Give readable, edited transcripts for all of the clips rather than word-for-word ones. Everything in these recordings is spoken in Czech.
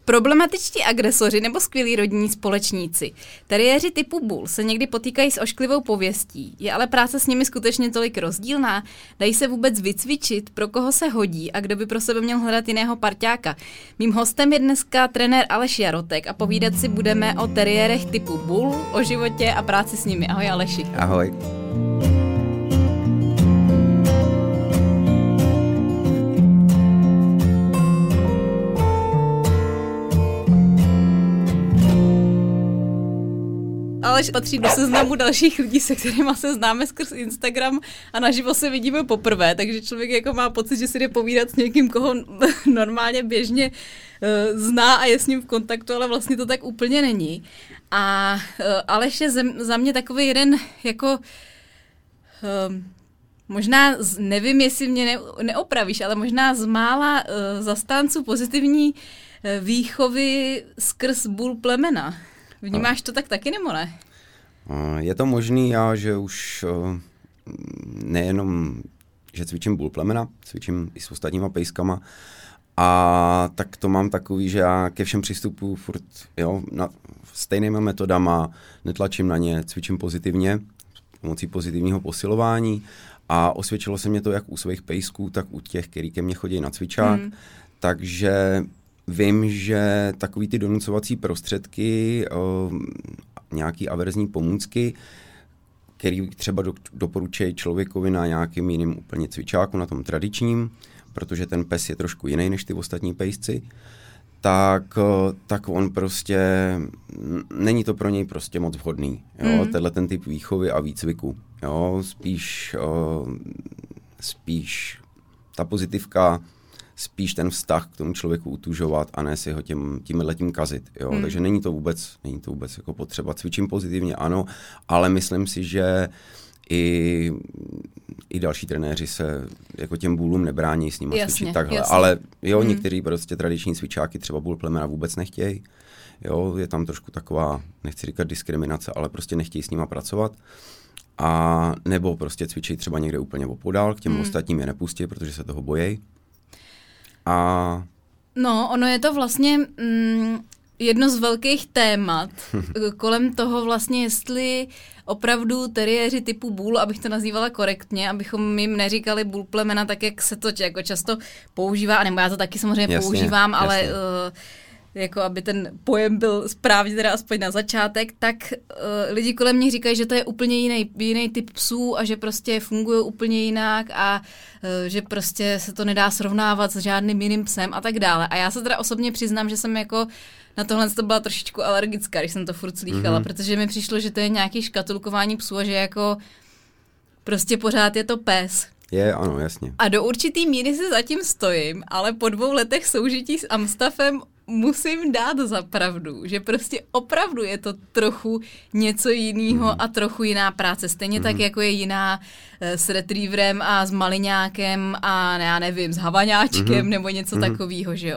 Problematičtí agresoři nebo skvělí rodinní společníci. Teriéři typu bull se někdy potýkají s ošklivou pověstí. Je ale práce s nimi skutečně tolik rozdílná? Dají se vůbec vycvičit, pro koho se hodí a kdo by pro sebe měl hledat jiného parťáka? Mým hostem je dneska trenér Aleš Jarotek a povídat si budeme o teriérech typu bull, o životě a práci s nimi. Ahoj Aleši. Ahoj. Aleš patří do seznamu dalších lidí, se kterými se známe skrz Instagram a naživo se vidíme poprvé, takže člověk jako má pocit, že si jde povídat s někým, koho normálně běžně zná a je s ním v kontaktu, ale vlastně to tak úplně není. A Aleš je za mě takový jeden jako... možná, nevím, jestli mě neopravíš, ale možná z mála zastánců pozitivní výchovy skrz bull plemena. Vnímáš to tak taky, nebo ne? Je to možný, já, že už nejenom, že cvičím bull plemena, cvičím i s ostatníma pejskama a tak to mám takový, že já ke všem přistupuji furt stejnýma metodama, netlačím na ně, cvičím pozitivně, pomocí pozitivního posilování a osvědčilo se mě to jak u svých pejsků, tak u těch, který ke mně chodí na cvičák, takže vím, že takový ty donucovací prostředky, nějaký averzní pomůcky, který třeba doporučují člověkovi na nějakým jiným úplně cvičáku, na tom tradičním, protože ten pes je trošku jiný než ty ostatní pejsci, tak on prostě, není to pro něj prostě moc vhodný, jo, tenhle ten typ výchovy a výcviku, jo, spíš ta pozitivka, spíš ten vztah k tomu člověku utužovat a ne si ho tímhletím kazit. Jo? Takže není to vůbec jako potřeba. Cvičím pozitivně, ano, ale myslím si, že i další trenéři se jako těm bullům nebrání s nimi cvičit takhle. Jasně. Ale jo, některý prostě tradiční cvičáky třeba bull plemena vůbec nechtějí. Jo, je tam trošku taková, nechci říkat diskriminace, ale prostě nechtějí s nima pracovat. A nebo prostě cvičí třeba někde úplně opodál, k těm ostatním je nepustí, protože se toho bojí. No, ono je to vlastně jedno z velkých témat kolem toho vlastně, jestli opravdu teriéři typu bull, abych to nazývala korektně, abychom jim neříkali bull plemena tak, jak se to jako často používá, nebo já to taky samozřejmě používám, ale jako aby ten pojem byl správně teda aspoň na začátek, tak lidi kolem mě říkají, že to je úplně jiný typ psů a že prostě fungují úplně jinak a že prostě se to nedá srovnávat s žádným jiným psem a tak dále. A já se teda osobně přiznám, že jsem jako na tohle to byla trošičku alergická, když jsem to furt slýchala, protože mi přišlo, že to je nějaký škatulkování psů a že jako prostě pořád je to pes. Ano, jasně. A do určitý míry si zatím stojím, ale po 2 letech soužití s Amstaffem musím dát za pravdu, že prostě opravdu je to trochu něco jiného a trochu jiná práce. Stejně tak, jako je jiná s retrieverem a s maliňákem a já nevím, s havaňáčkem nebo něco takového, že jo.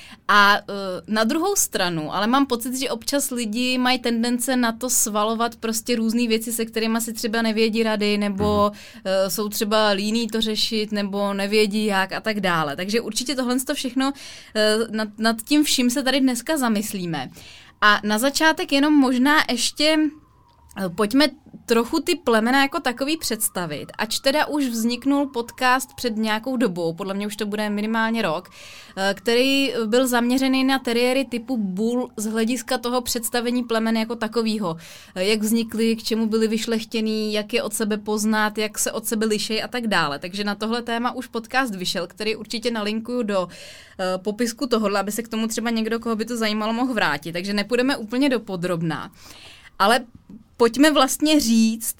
A na druhou stranu, ale mám pocit, že občas lidi mají tendence na to svalovat prostě různé věci, se kterými si třeba nevědí rady, nebo jsou třeba líní to řešit, nebo nevědí jak a tak dále. Takže určitě tohle všechno, nad tím vším se tady dneska zamyslíme. A na začátek jenom možná ještě pojďme trochu ty plemena jako takový představit. Ač teda už vzniknul podcast před nějakou dobou, podle mě už to bude minimálně rok, který byl zaměřený na teriéry typu bull z hlediska toho představení plemen jako takového. Jak vznikly, k čemu byly vyšlechtěný, jak je od sebe poznat, jak se od sebe lišejí a tak dále. Takže na tohle téma už podcast vyšel, který určitě nalinkuju do popisku tohohle, aby se k tomu třeba někdo, koho by to zajímalo, mohl vrátit. Takže nepůjdeme úplně do podrobná. Ale pojďme vlastně říct,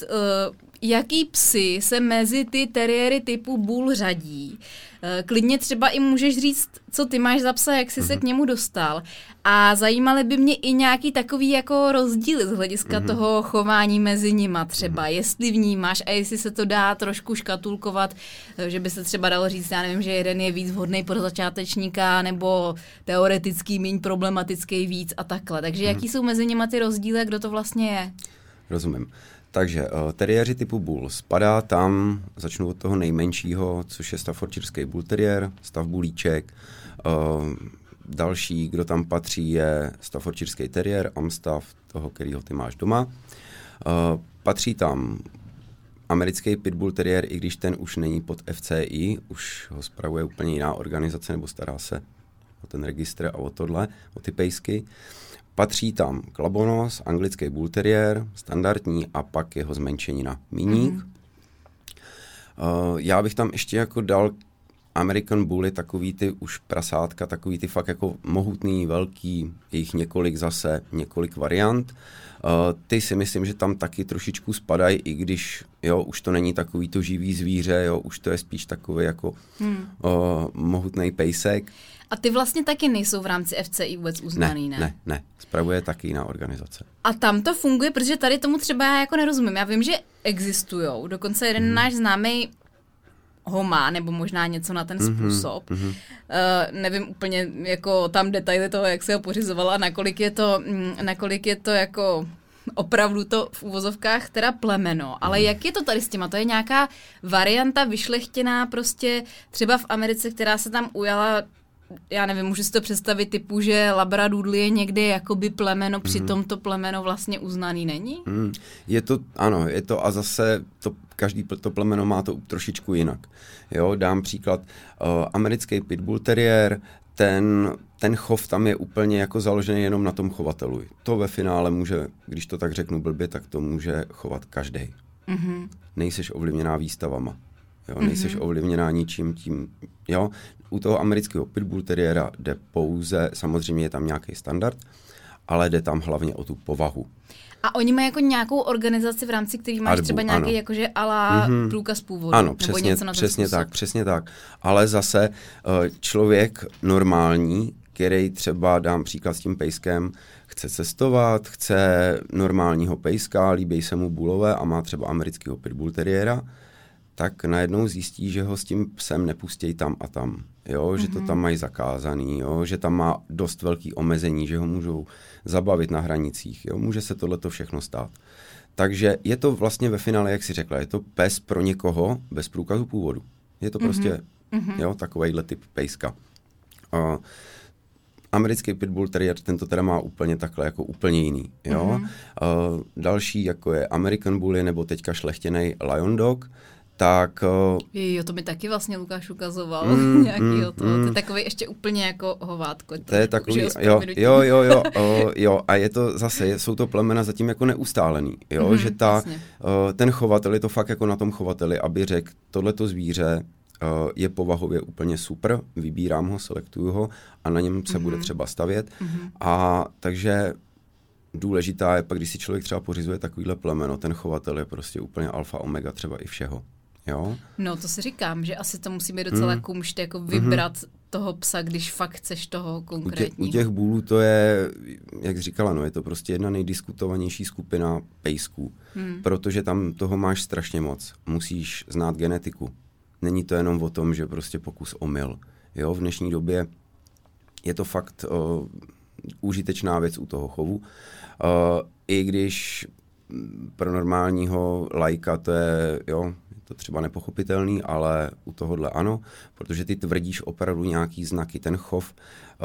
jaký psy se mezi ty teriéry typu bull řadí. Klidně třeba i můžeš říct, co ty máš za psa, jak jsi se k němu dostal. A zajímaly by mě i nějaký takový jako rozdíly z hlediska toho chování mezi nima třeba. Jestli vnímáš a jestli se to dá trošku škatulkovat, že by se třeba dalo říct, já nevím, že jeden je víc vhodný pro začátečníka nebo teoretický míň problematický víc a takhle. Takže jaký jsou mezi nima ty rozdíly a kdo to vlastně je? Rozumím. Takže teriéři typu bull spadá tam, začnu od toho nejmenšího, což je staffordshireský bull terrier, stav bulíček. Další, kdo tam patří, je Staffordshireský terrier, Amstaff, toho, kterýho ty máš doma. Patří tam americký pitbull terrier, i když ten už není pod FCI, už ho spravuje úplně jiná organizace, nebo stará se o ten registr a o tohle, o ty pejsky. Patří tam klabonos, anglický bull terrier, standardní a pak jeho zmenšenina míník. Já bych tam ještě jako dal American Bully, takový ty už prasátka, takový ty fakt jako mohutný, velký, jejich několik variant. Ty si myslím, že tam taky trošičku spadají, i když jo, už to není takový to živý zvíře, jo, už to je spíš takový jako mohutný pejsek. A ty vlastně taky nejsou v rámci FCI vůbec uznaný, ne? Ne. Spravuje taky jiná organizace. A tam to funguje, protože tady tomu třeba já jako nerozumím. Já vím, že existujou. Dokonce jeden náš známý ho má, nebo možná něco na ten způsob. Nevím úplně jako tam detaily toho, jak se ho pořizovala, nakolik je to jako opravdu to v uvozovkách teda plemeno. Ale jak je to tady s těma? To je nějaká varianta vyšlechtěná prostě třeba v Americe, která se tam ujala, já nevím, můžu si to představit typu, že labradoodle je někde jakoby plemeno, přitom to plemeno vlastně uznaný není? Je to, ano, je to a zase každý to plemeno má to trošičku jinak. Jo, dám příklad, americký pitbull terrier, ten chov tam je úplně jako založený jenom na tom chovateli. To ve finále může, když to tak řeknu blbě, tak to může chovat každej. Nejseš ovlivněná výstavama. Jo, nejseš ovlivněná ničím tím, jo. U toho amerického pitbull terriera jde pouze, samozřejmě je tam nějaký standard, ale jde tam hlavně o tu povahu. A oni mají jako nějakou organizaci, v rámci který máš třeba nějaký jakože ala průkaz původu? Ano, přesně tak. Ale zase člověk normální, který třeba, dám příklad s tím pejskem, chce cestovat, chce normálního pejska, líbí se mu bulové a má třeba amerického pitbull terriera, tak najednou zjistí, že ho s tím psem nepustí tam a tam. Jo, že to tam mají zakázaný, jo, že tam má dost velký omezení, že ho můžou zabavit na hranicích. Jo, může se tohleto všechno stát. Takže je to vlastně ve finále, jak jsi řekla, je to pes pro někoho bez průkazu původu. Je to prostě jo, takovejhle typ pejska. Americký pitbull terrier, tento teda má úplně takhle, jako úplně jiný. Jo? Další, jako je American Bully, nebo teďka šlechtěnej Lion Dog, tak... Jo, to mi taky vlastně Lukáš ukazoval, nějakýho toho. To je takový ještě úplně jako hovátko. To je takový, jo, a je to zase, jsou to plemena zatím jako neustálený, jo, že ten chovatel je to fakt jako na tom chovateli, aby řekl, tohleto zvíře je povahově úplně super, vybírám ho, selektuju ho a na něm se bude třeba stavět. A takže důležitá je pak, když si člověk třeba pořizuje takovýhle plemeno, ten chovatel je prostě úplně alfa omega třeba i všeho. Jo? No to si říkám, že asi to musí být docela kumšt, jako vybrat toho psa, když fakt chceš toho konkrétního. U těch bůlů to je, jak jsi říkala, no, je to prostě jedna nejdiskutovanější skupina pejsků, protože tam toho máš strašně moc. Musíš znát genetiku. Není to jenom o tom, že prostě pokus omyl. Jo, v dnešní době je to fakt užitečná věc u toho chovu. I když pro normálního laika to je, jo, to třeba nepochopitelný, ale u tohohle ano, protože ty tvrdíš opravdu nějaký znaky, ten chov.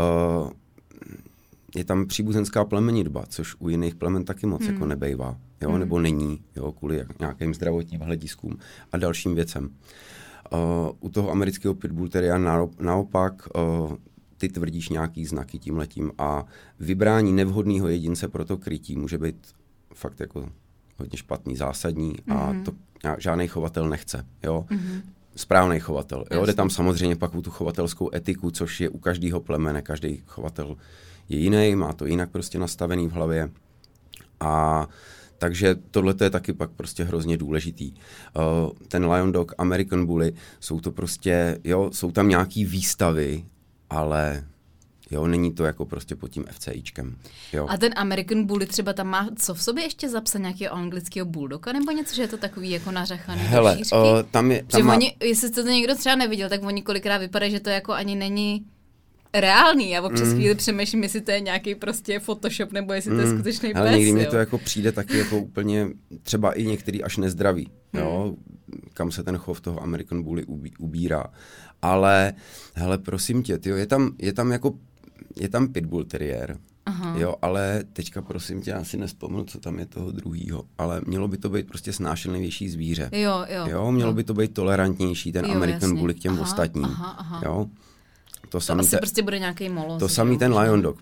Je tam příbuzenská plemenitba, což u jiných plemen taky moc jako nebejvá, jo, nebo není, jo, kvůli nějakým zdravotním hlediskům a dalším věcem. U toho amerického pitbull terriera naopak ty tvrdíš nějaký znaky tímhletím a vybrání nevhodného jedince pro to krytí může být fakt jako hodně špatný, zásadní a to žádný chovatel nechce, jo. Správný chovatel, jo. Jde tam samozřejmě pak o tu chovatelskou etiku, což je u každého plemene, každý chovatel je jiný, má to jinak prostě nastavený v hlavě a takže tohle je taky pak prostě hrozně důležitý. Ten Lion Dog, American Bully, jsou to prostě, jo, jsou tam nějaký výstavy, ale jo, není to jako prostě pod tím FCIčkem. Jo. A ten American Bully třeba tam má co v sobě ještě zapsat, nějakého anglického bulldoga nebo něco, že je to takový jako nařachaný do šířky? Tam má... oni, jestli to někdo třeba neviděl, tak oni kolikrát vypadá, že to jako ani není reálný. Já občas chvíli přemýšlím, jestli to je nějaký prostě Photoshop, nebo jestli to je skutečný pes. Ale někdy mi to jako přijde taky jako úplně, třeba i některý až nezdravý, jo, kam se ten chov toho American Bully ubírá. Ale, hele, prosím tě, tyjo, je tam jako, je tam pitbull terrier, Aha. jo, ale teďka prosím tě, já si nespomenu, co tam je toho druhýho, ale mělo by to být prostě snášenlivější zvíře. Jo, mělo by to být tolerantnější, ten American Bully k těm ostatním. Aha. Jo. To asi prostě bude nějaký molos. To samý ten Lion Dog.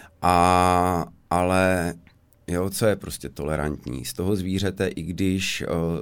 Ale jo, co je prostě tolerantní? Z toho zvířete, i když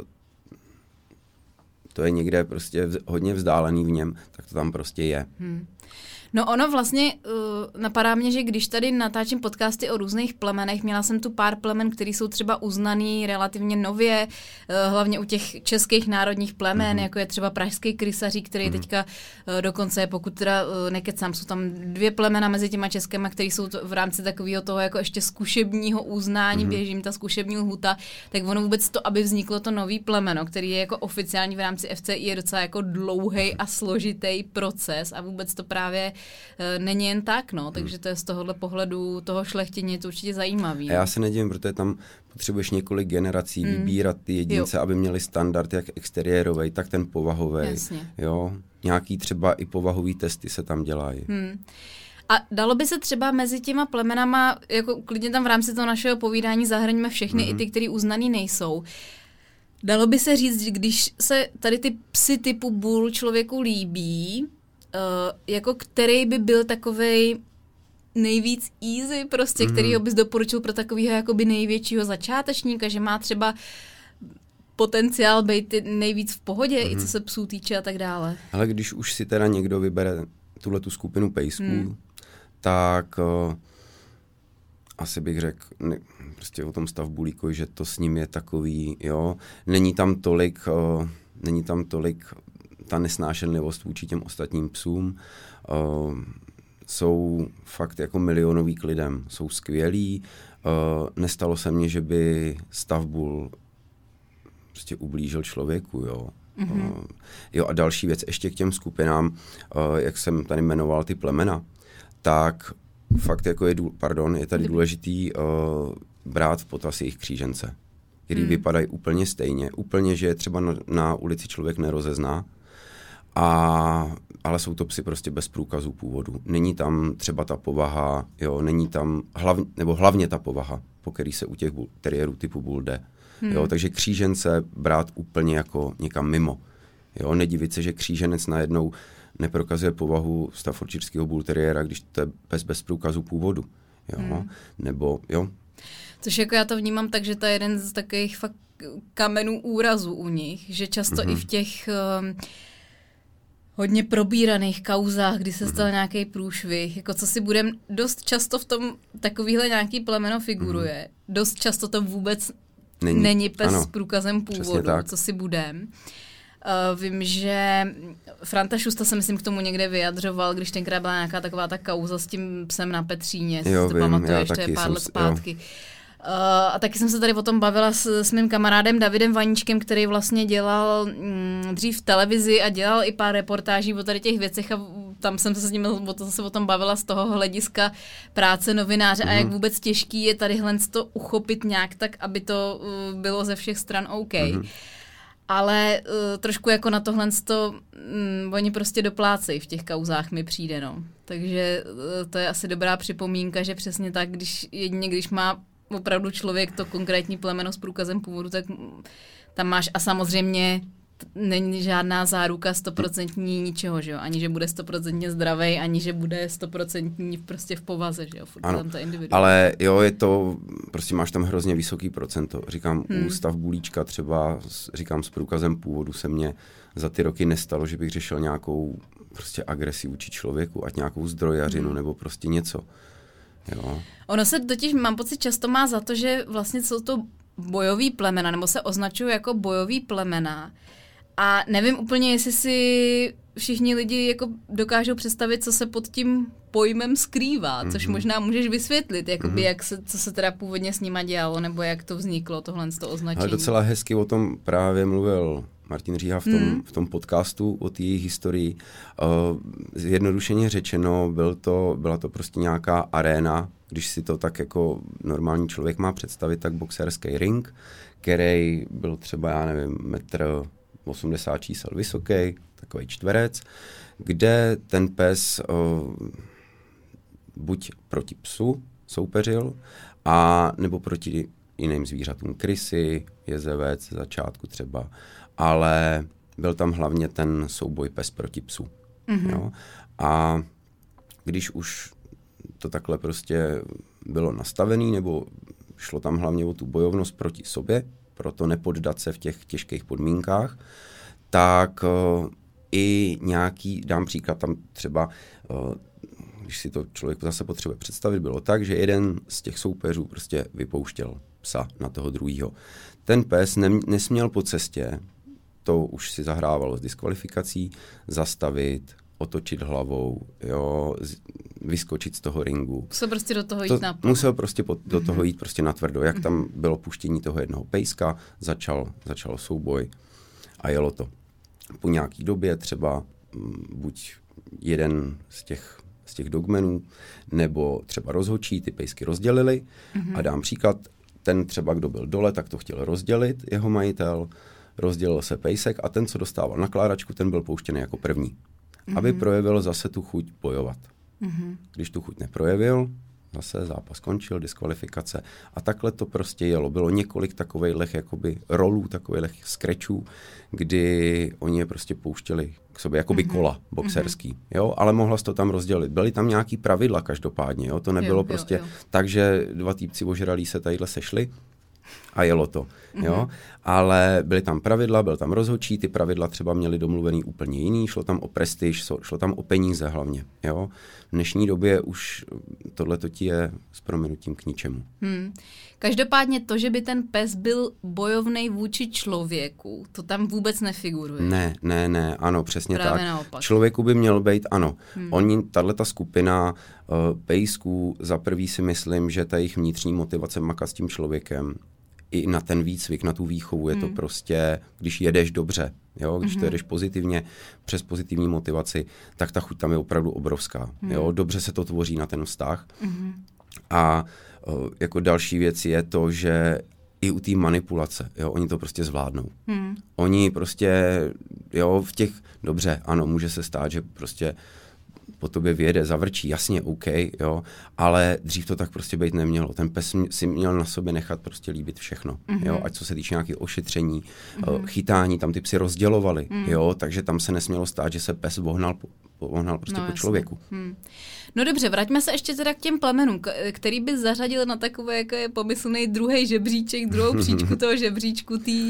to je někde prostě hodně vzdálený v něm, tak to tam prostě je. No ono vlastně napadá mě, že když tady natáčím podcasty o různých plemenech, měla jsem tu pár plemen, které jsou třeba uznaný relativně nově, hlavně u těch českých národních plemen, jako je třeba pražský krysařík, který teďka dokonce je, pokud teda nekecám, jsou tam 2 plemena mezi těma českýma, které jsou v rámci takového toho jako ještě zkušebního uznání, běží jim ta zkušební lhuta, tak ono vůbec to, aby vzniklo to nový plemeno, který je jako oficiální v rámci FCI, je docela jako dlouhý a složitý proces a vůbec to právě není jen tak, no, takže to je z tohohle pohledu toho šlechtění to určitě zajímavý. A já se nedivím, protože tam potřebuješ několik generací vybírat ty jedince, aby měli standard jak exteriérovej, tak ten povahovej. Jo, nějaký třeba i povahový testy se tam dělají. A dalo by se třeba mezi těma plemenama, jako klidně tam v rámci toho našeho povídání zahrňme všechny, i ty, který uznaný nejsou. Dalo by se říct, že když se tady ty psy typu bull člověku líbí, jako který by byl takovej nejvíc easy prostě, kterýho bys doporučil pro takového jakoby největšího začátečníka, že má třeba potenciál být nejvíc v pohodě, i co se psů týče a tak dále. Ale když už si teda někdo vybere tuhletu skupinu pejsků, tak asi bych řekl prostě o tom stav bulíkovi, že to s ním je takový, jo, není tam tolik ta nesnášenlivost vůči těm ostatním psům. Jsou fakt jako milionový k lidem. Jsou skvělí. Nestalo se mně, že by stav bull prostě ublížil člověku, jo. Jo, a další věc ještě k těm skupinám, jak jsem tady jmenoval ty plemena, tak fakt jako je tady důležitý brát v potaz jejich křížence, který vypadají úplně stejně. Úplně, že třeba na ulici člověk nerozezná, ale jsou to psy prostě bez průkazů původu. Není tam třeba ta povaha, jo, není tam hlavně ta povaha, po který se u těch teriérů typu bull jde. Jo, takže křížence brát úplně jako někam mimo. Jo, nedivit se, že kříženec najednou neprokazuje povahu staffordshireského bull teriéra, když to je bez průkazu původu. Jo, nebo jo. Což jako já to vnímám tak, že to je jeden z takových fakt kamenů úrazu u nich, že často i v těch hodně probíraných kauzách, kdy se stal nějaký průšvih, jako co si budem, dost často v tom takovýhle nějaký plemeno figuruje. Dost často to vůbec není pes s průkazem původu, co si budem. Vím, že Franta Šusta se myslím k tomu někde vyjadřoval, když tenkrát byla nějaká taková ta kauza s tím psem na Petříně, si to pamatuješ, to je pár let zpátky. Jo. A taky jsem se tady o tom bavila s mým kamarádem Davidem Vaníčkem, který vlastně dělal dřív v televizi a dělal i pár reportáží o tady těch věcech a tam jsem se s ním o tom bavila z toho hlediska práce novináře a jak vůbec těžký je tadyhle to uchopit nějak tak, aby to bylo ze všech stran OK. Ale trošku jako na tohle oni prostě doplácejí v těch kauzách, mi přijde, no. Takže to je asi dobrá připomínka, že přesně tak, když má opravdu člověk to konkrétní plemeno s průkazem původu, tak tam máš a samozřejmě není žádná záruka 100% ničeho, že jo? Ani že bude 100% zdravej, ani že bude 100% prostě v povaze, že jo? Furt ano, tam ta individualita. ale jo, je to, prostě máš tam hrozně vysoký procento. Říkám, u stav bulíčka třeba, říkám, s průkazem původu se mně za ty roky nestalo, že bych řešil nějakou prostě agresi vůči člověku, ať nějakou zdrojařinu nebo prostě něco. Jo. Ono se totiž, mám pocit, často má za to, že vlastně jsou to bojový plemena, nebo se označují jako bojový plemena. A nevím úplně, jestli si všichni lidi jako dokážou představit, co se pod tím pojmem skrývá, což možná můžeš vysvětlit, jakoby co se teda původně s nima dělalo, nebo jak to vzniklo, tohle z toho označení. Ale docela hezky o tom právě mluvil Martin Říha v tom podcastu o té historii. Zjednodušeně řečeno, byla to prostě nějaká aréna, když si to tak jako normální člověk má představit, tak boxerský ring, který byl třeba, já nevím, 1,80 m čísel vysoký, takový čtverec, kde ten pes buď proti psu soupeřil, a nebo proti jiným zvířatům. Krysy, jezevec, začátku třeba, ale byl tam hlavně ten souboj pes proti psu. Jo? A když už to takhle prostě bylo nastavený, nebo šlo tam hlavně o tu bojovnost proti sobě, proto nepoddat se v těch těžkých podmínkách, tak i nějaký, dám příklad tam třeba, když si to člověk zase potřebuje představit, bylo tak, že jeden z těch soupeřů prostě vypouštěl psa na toho druhýho. Ten pes nesměl po cestě, to už si zahrávalo s diskvalifikací, zastavit, otočit hlavou, jo, vyskočit z toho ringu. Musel prostě do toho jít naplno. Musel prostě do toho jít prostě natvrdo. Jak tam bylo puštění toho jednoho pejska, začal souboj a jelo to. Po nějaký době třeba buď jeden z těch dogmenů, nebo třeba rozhodčí ty pejsky rozdělili a dám příklad, ten třeba, kdo byl dole, tak to chtěl rozdělit, jeho majitel, rozdělil se pejsek a ten, co dostával nakládačku, ten byl pouštěný jako první. Aby projevil zase tu chuť bojovat. Když tu chuť neprojevil, zase zápas skončil, diskvalifikace a takhle to prostě jelo. Bylo několik takovejhlech jakoby rolů, takovejhlech skrečů, kdy oni je prostě pouštěli k sobě, jakoby kola boxerský, jo, ale mohla se to tam rozdělit. Byly tam nějaký pravidla každopádně, jo, to nebylo prostě tak, že dva týpci ožralí se tadyhle sešli a jelo to, jo, ale byly tam pravidla, byl tam rozhodčí, ty pravidla třeba měly domluvený úplně jiný, šlo tam o prestiž, šlo tam o peníze hlavně, jo. V dnešní době už tohleto ti je s prominutím k ničemu. Každopádně to, že by ten pes byl bojovnej vůči člověku, to tam vůbec nefiguruje. Ne, ano, přesně právě tak. Naopak. Člověku by měl být, ano. Tato skupina pejsků, za prvý si myslím, že ta jejich vnitřní motivace makat s tím člověkem, i na ten výcvik, na tu výchovu, je to prostě, když jedeš dobře, jo, když to jedeš pozitivně, přes pozitivní motivaci, tak ta chuť tam je opravdu obrovská. Jo, dobře se to tvoří na ten vztah. A jako další věc je to, že i u té manipulace, jo, oni to prostě zvládnou. Oni prostě, jo, v těch, dobře, ano, může se stát, že prostě po tobě vyjede, zavrčí, jasně, OK, jo, ale dřív to tak prostě být nemělo. Ten pes si měl na sobě nechat prostě líbit všechno, jo, ať co se týče nějakých ošetření, chytání, tam ty psy rozdělovali, jo, takže tam se nesmělo stát, že se pes vohnal prostě po člověku. No dobře, vraťme se ještě teda k těm plemenům, který by zařadil na takové, jako je pomyslný druhý žebříček, druhou příčku toho žebříčku té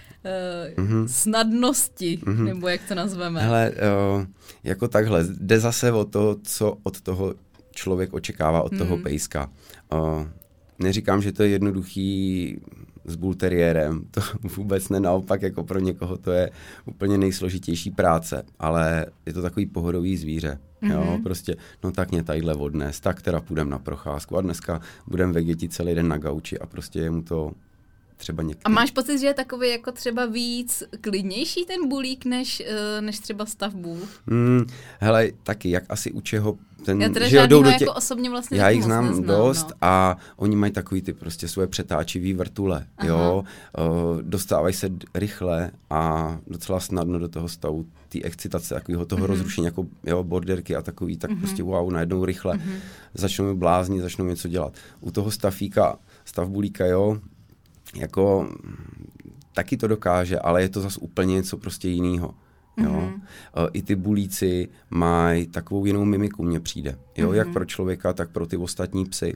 snadnosti, nebo jak to nazveme. Hele, jako takhle, jde zase o to, co od toho člověk očekává, od toho pejska. Neříkám, že to je jednoduchý s bulteriérem, to vůbec ne, naopak, jako pro někoho to je úplně nejsložitější práce, ale je to takový pohodový zvíře, jo, prostě, no tak mě tadyhle odnes, tak teda půjdem na procházku a dneska budem ve děti celý den na gauči a prostě je mu to třeba někdy. A máš pocit, že je takový jako třeba víc klidnější ten bulík, než třeba stav bůl? Hele, taky, jak asi u čeho ten, já teda že jdou do jako osobně vlastně já jich znám neznám, dost a oni mají takový ty prostě svoje přetáčivý vrtule, jo, dostávají se rychle a docela snadno do toho stavu té excitace, takového toho rozrušení, jako jo, borderky a takový, tak prostě wow, najednou rychle začnou bláznit, začnou něco dělat. U toho stavbulíka, jo, jako taky to dokáže, ale je to zase úplně něco prostě jinýho. Jo? I ty bulíci mají takovou jinou mimiku, mně přijde. Jo? Jak pro člověka, tak pro ty ostatní psy.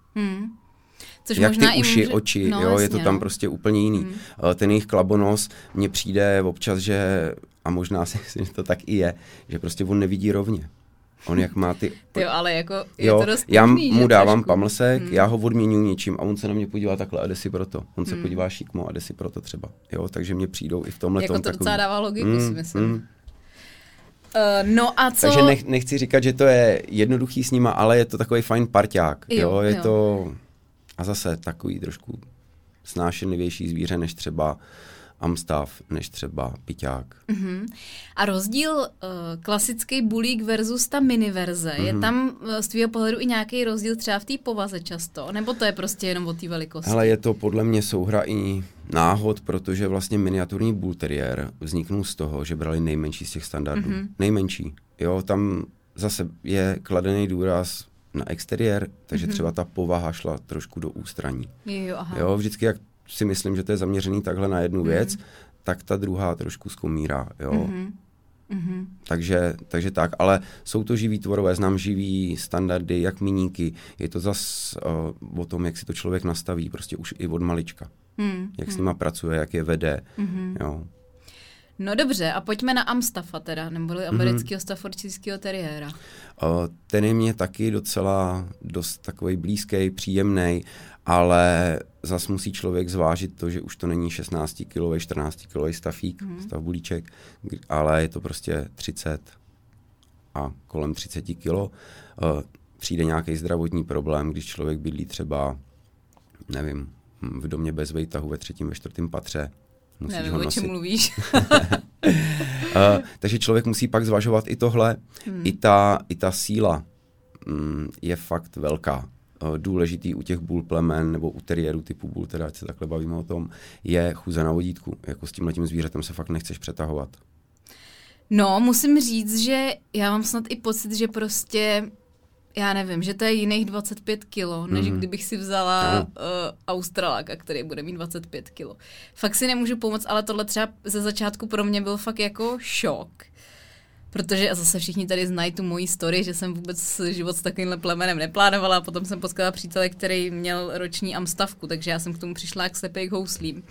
Což jak možná ty uši, může... oči, no, jo? jasně, Je to tam prostě úplně jiný. Ten jejich klabonos mně přijde občas, že, a možná si myslím, že to tak i je, že prostě on nevidí rovně. On jak má ty... Jo, ale jako je to dost já možný, mu dávám trošku. pamlsek, já ho odměňuji něčím a on se na mě podívá takhle a jde si proto. On se podívá šikmo a jde si proto třeba. Jo, takže mě přijdou i v tomhle jako tom to takový... docela dává logiku, si myslím. No a co... Takže nechci říkat, že to je jednoduchý s nima, ale je to takový fajn parťák. Jo, je to... A zase takový trošku snášenlivější zvíře než třeba amstav, než třeba piťák. A rozdíl klasický bulík versus ta miniverze, je tam z tvýho pohledu i nějaký rozdíl třeba v té povaze často? Nebo to je prostě jenom o té velikosti? Hele, je to podle mě souhra i náhod, protože vlastně miniaturní bull terrier vzniknul z toho, že brali nejmenší z těch standardů. Nejmenší. Jo, tam zase je kladený důraz na exteriér, takže třeba ta povaha šla trošku do ústraní. Jo, vždycky, jak si myslím, že to je zaměřený takhle na jednu věc, tak ta druhá trošku zkomírá, jo. Takže tak, ale jsou to živý tvorové, znám živý standardy, jak miníky, je to zas o tom, jak si to člověk nastaví, prostě už i od malička. Jak s nima pracuje, jak je vede, jo. No dobře, a pojďme na Amstaffa teda, neboli amerického staffordshireského teriéra. Ten je mě taky docela dost takovej blízký, příjemný, ale zas musí člověk zvážit to, že už to není 16-kilový, 14-kilový stafík, stavbulíček, ale je to prostě 30 a kolem 30 kilo. Přijde nějaký zdravotní problém, když člověk bydlí třeba, nevím, v domě bez vejtahu ve 3., ve 4. patře. Nevím, o čem mluvíš. Takže člověk musí pak zvažovat i tohle. I ta síla je fakt velká. Důležitý u těch bull plemen nebo u teriérů typu bull, teda ať se takhle bavíme o tom, je chůze na vodítku. Jako s tímhletím zvířetem se fakt nechceš přetahovat. No, musím říct, že já mám snad i pocit, že prostě já nevím, že to je jiných 25 kilo, než kdybych si vzala Australáka, který bude mít 25 kilo. Fakt si nemůžu pomoct, ale tohle třeba ze začátku pro mě byl fakt jako šok. Protože a zase všichni tady znají tu moji story, že jsem vůbec život s takovýmhle plemenem neplánovala a potom jsem potkala přítele, který měl roční Amstaffku, takže já jsem k tomu přišla jak slepej k houslím.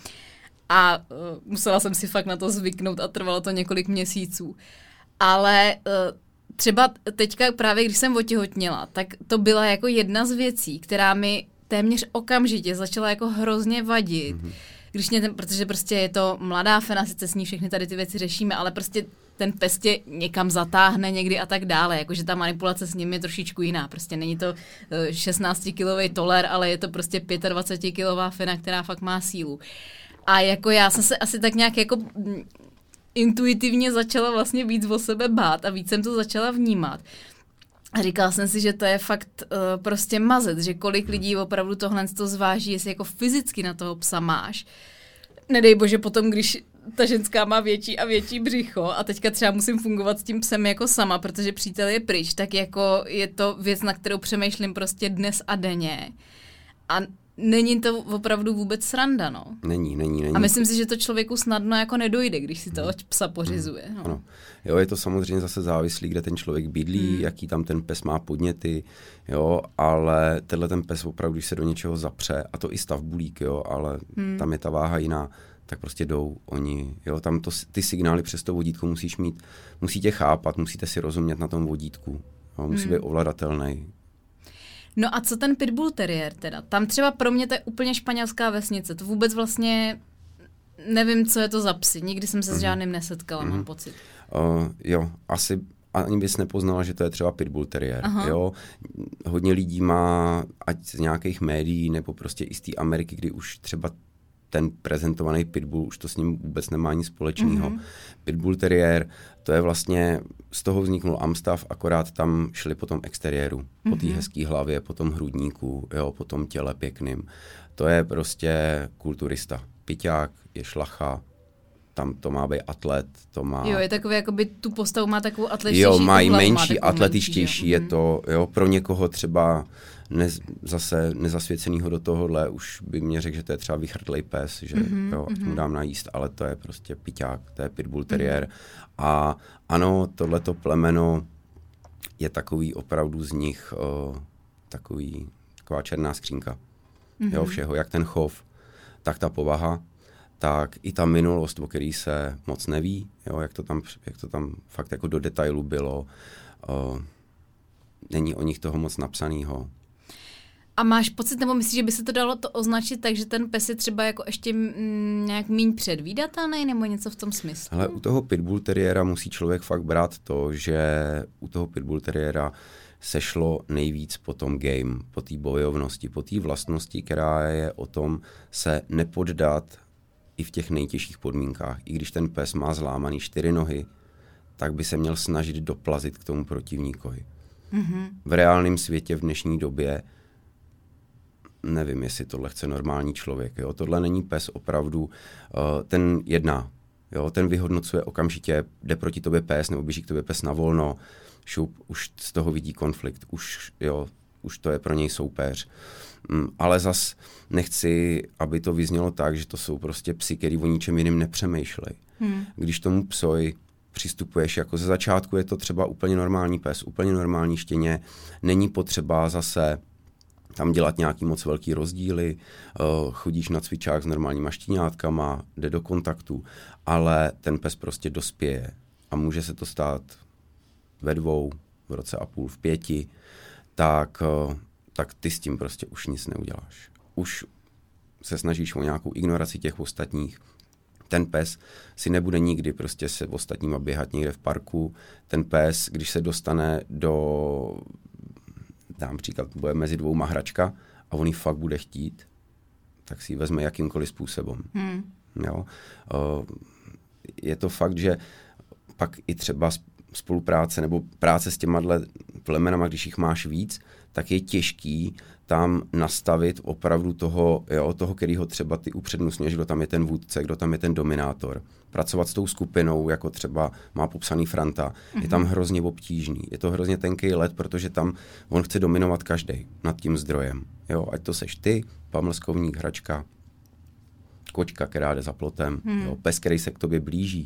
A musela jsem si fakt na to zvyknout a trvalo to několik měsíců. Ale třeba teďka právě, když jsem otěhotněla, tak to byla jako jedna z věcí, která mi téměř okamžitě začala jako hrozně vadit. Když protože prostě je to mladá fena, sice s ní všechny tady ty věci řešíme, ale prostě ten pes tě někam zatáhne někdy a tak dále, jakože ta manipulace s ním je trošičku jiná. Prostě není to 16-kilový toler, ale je to prostě 25-kilová fena, která fakt má sílu. A jako já jsem se asi tak nějak jako intuitivně začala vlastně víc o sebe bát a víc jsem to začala vnímat. A říkala jsem si, že to je fakt prostě mazec, že kolik lidí opravdu tohle to zváží, jestli jako fyzicky na toho psa máš. Nedej bože potom, když ta ženská má větší a větší břicho a teďka třeba musím fungovat s tím psem jako sama, protože přítel je pryč, tak jako je to věc, na kterou přemýšlím prostě dnes a denně. A není to opravdu vůbec sranda, no. Není. A myslím si, že to člověku snadno jako nedojde, když si toho psa pořizuje. No. Ano. Jo, je to samozřejmě zase závislý, kde ten člověk bydlí, jaký tam ten pes má podněty, jo, ale tenhle ten pes opravdu, když se do něčeho zapře, a to i stavbulík, jo, ale tam je ta váha jiná, tak prostě jdou oni, jo, tam ty signály přes to vodítko musíš mít, musíte chápat, musíte si rozumět na tom vodítku, jo, musí být ovladatelný. No a co ten pitbull terrier teda? Tam třeba pro mě to je úplně španělská vesnice. To vůbec vlastně nevím, co je to za psy. Nikdy jsem se s žádným nesetkala, mám pocit. Jo, asi ani bys nepoznala, že to je třeba pitbull terrier. Jo? Hodně lidí má, ať z nějakých médií, nebo prostě i z té Ameriky, kdy už třeba ten prezentovaný pitbull, už to s ním vůbec nemá nic společného. Pitbull terrier, to je vlastně, z toho vzniknul Amstaff, akorát tam šli po tom exteriéru, po té hezké hlavě, po tom hrudníku, jo, po tom těle pěkným. To je prostě kulturista. Piťák, je šlacha, tam to má být atlet, to má... Jo, je takový, jakoby tu postavu má takovou atletičtější. Jo, má i menší, atletičtější, je to, jo, pro někoho třeba zase nezasvěcenýho do tohohle, už by mě řekl, že to je třeba vychrtlej pes, že jo, ať mu dám najíst, ale to je prostě piťák, to je pitbull terrier. A ano, tohleto plemeno je takový opravdu z nich taková černá skřínka. Jo, všeho, jak ten chov, tak ta povaha, tak i ta minulost, o který se moc neví, jo, jak to tam fakt jako do detailu bylo, není o nich toho moc napsanýho. A máš pocit, nebo myslíš, že by se to dalo to označit tak, že ten pes je třeba jako ještě nějak míň předvídatelný, nebo něco v tom smyslu? Hele, u toho pitbull terriéra musí člověk fakt brát to, že u toho pitbull terriéra sešlo nejvíc po tom game, po té bojovnosti, po té vlastnosti, která je o tom se nepoddat i v těch nejtěžších podmínkách. I když ten pes má zlámaný 4 nohy, tak by se měl snažit doplazit k tomu protivníkovi. V reálném světě v dnešní době nevím, jestli tohle chce normální člověk. Jo? Tohle není pes opravdu, ten jedná. Jo? Ten vyhodnocuje okamžitě, jde proti tobě pes, nebo běží k tobě pes na volno, šup, už z toho vidí konflikt. Už jo, už to je pro něj soupeř. Ale zas nechci, aby to vyznělo tak, že to jsou prostě psi, který o ničem jiným nepřemýšlejí. Když tomu psoji přistupuješ jako ze začátku, je to třeba úplně normální pes, úplně normální štěně, není potřeba zase tam dělat nějaký moc velký rozdíly, chodíš na cvičák s normálníma štěňátkama, jde do kontaktu, ale ten pes prostě dospěje a může se to stát ve 2, v roce a půl, v 5, tak ty s tím prostě už nic neuděláš. Už se snažíš o nějakou ignoraci těch ostatních. Ten pes si nebude nikdy prostě se ostatníma běhat někde v parku. Ten pes, když se dostane dám příklad, bude mezi 2 hračka a on ji fakt bude chtít, tak si ji vezme jakýmkoliv způsobem. Jo? Je to fakt, že pak i třeba spolupráce nebo práce s těma plemenama, když jich máš víc, tak je těžký tam nastavit opravdu toho, kterýho třeba ty upřednostňuješ, kdo tam je ten vůdce, kdo tam je ten dominátor. Pracovat s tou skupinou, jako třeba má popsaný Franta, je tam hrozně obtížný. Je to hrozně tenký led, protože tam on chce dominovat každej nad tím zdrojem. Jo, ať to seš ty, pamlskovník, hračka, kočka, která jde za plotem, jo, pes, který se k tobě blíží.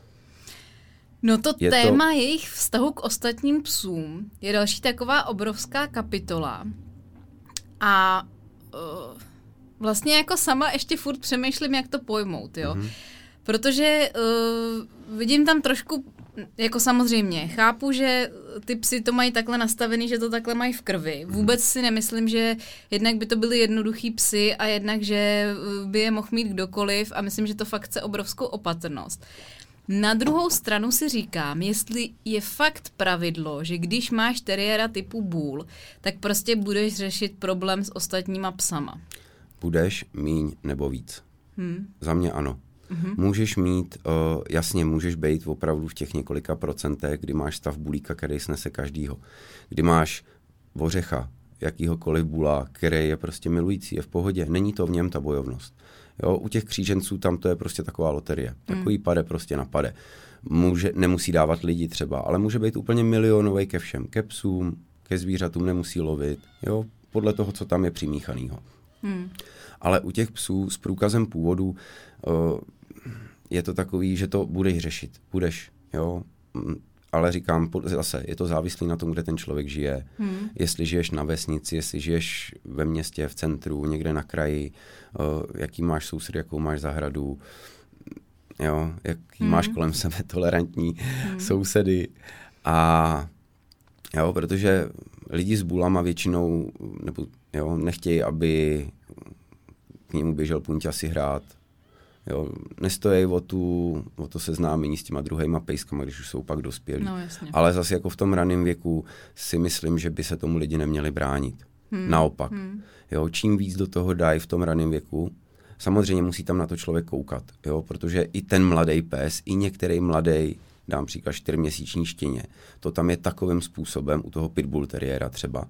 No to téma jejich vztahu k ostatním psům je další taková obrovská kapitola. A vlastně jako sama ještě furt přemýšlím, jak to pojmout, jo. Protože vidím tam trošku, jako samozřejmě, chápu, že ty psy to mají takhle nastavený, že to takhle mají v krvi. Vůbec si nemyslím, že jednak by to byly jednoduchý psy a jednak, že by je mohl mít kdokoliv a myslím, že to fakt chce obrovskou opatrnost. Na druhou stranu si říkám, jestli je fakt pravidlo, že když máš teriéra typu bull, tak prostě budeš řešit problém s ostatníma psama. Budeš míň nebo víc. Za mě ano. Můžeš mít, jasně, můžeš být opravdu v těch několika procentech, kdy máš stav bulíka, který snese každýho. Kdy máš ořecha, jakýhokoliv bula, který je prostě milující, je v pohodě. Není to v něm ta bojovnost. Jo, u těch kříženců tam to je prostě taková loterie. Takový pade prostě napade. Nemusí dávat lidi třeba, ale může být úplně milionovej ke všem. Ke psům, ke zvířatům nemusí lovit. Jo, podle toho, co tam je přimíchanýho. Ale u těch psů s průkazem původu je to takový, že to budeš řešit. Jo. Ale říkám, zase je to závislý na tom, kde ten člověk žije. Jestli žiješ na vesnici, jestli žiješ ve městě, v centru, někde na kraji, jaký máš soused, jakou máš zahradu, jo, jaký máš kolem sebe tolerantní sousedy. A jo, protože lidi s bulama většinou nechtějí, aby k němu běžel punťa si hrát. Jo, nestojí o to seznámení s těma druhýma pejskama, když už jsou pak dospělí. No, jasně. Ale zase jako v tom raném věku si myslím, že by se tomu lidi neměli bránit. Naopak. Jo, čím víc do toho dají v tom raném věku, samozřejmě musí tam na to člověk koukat, jo, protože i ten mladý pes, i některý mladý, dám příklad 4měsíční štěně, to tam je takovým způsobem u toho pitbull teriéra třeba,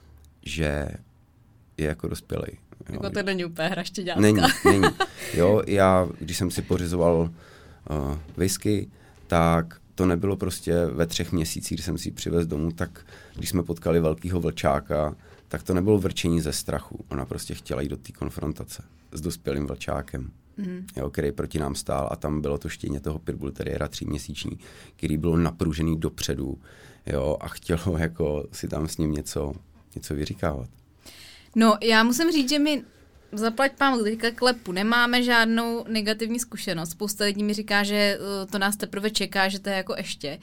že je jako dospělej. Jako to není úplně hra štěňátka. Není. Jo, já, když jsem si pořizoval whisky, tak to nebylo prostě ve 3 měsících, když jsem si ji přivez domů, tak když jsme potkali velkýho vlčáka, tak to nebylo vrčení ze strachu. Ona prostě chtěla jít do té konfrontace s dospělým vlčákem, jo, který proti nám stál a tam bylo to štěně toho pitbull teriéra 3měsíční, který bylo napružený dopředu, jo, a chtělo jako si tam s ním něco vyříkávat. No, já musím říct, že my zaplať pánbůh teďka klepu, nemáme žádnou negativní zkušenost. Spousta lidí mi říká, že to nás teprve čeká, že to je jako ještě.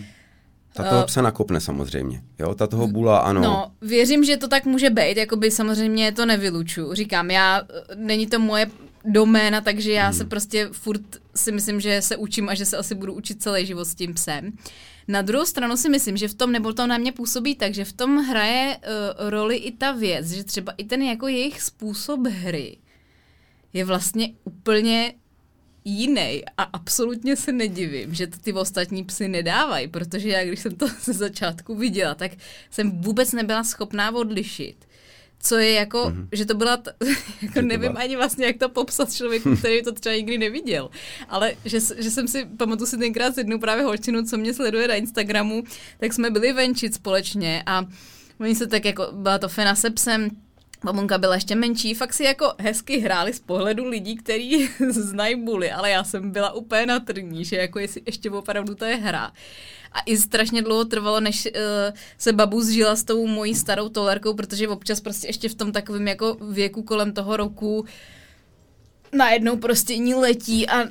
Ta toho psa nakopne samozřejmě, jo, ta toho bula, ano. No, věřím, že to tak může být, jakoby samozřejmě to nevylučuju. Říkám, není to moje doména, takže já se prostě furt si myslím, že se učím a že se asi budu učit celý život s tím psem. Na druhou stranu si myslím, že v tom, nebo to na mě působí tak, že v tom hraje roli i ta věc, že třeba i ten jako jejich způsob hry je vlastně úplně jiný a absolutně se nedivím, že to ty ostatní psy nedávají, protože já, když jsem to ze začátku viděla, tak jsem vůbec nebyla schopná odlišit. Co je jako, že to byla, jako nevím ani vlastně, jak to popsat člověku, který to třeba nikdy neviděl, ale že jsem si, pamatuju si tenkrát s jednou právě holčinu, co mě sleduje na Instagramu, tak jsme byli venčit společně a Oni se tak jako, byla to Fena se psem, mamunka byla ještě menší, fakt si jako hezky hráli z pohledu lidí, kteří znají Bully, ale já jsem byla úplně na trní, že jako jestli ještě opravdu to je hra. A i strašně dlouho trvalo, než se babu zžila s tou mojí starou tolerkou, protože občas prostě ještě v tom takovém jako věku kolem toho roku najednou prostě ní letí a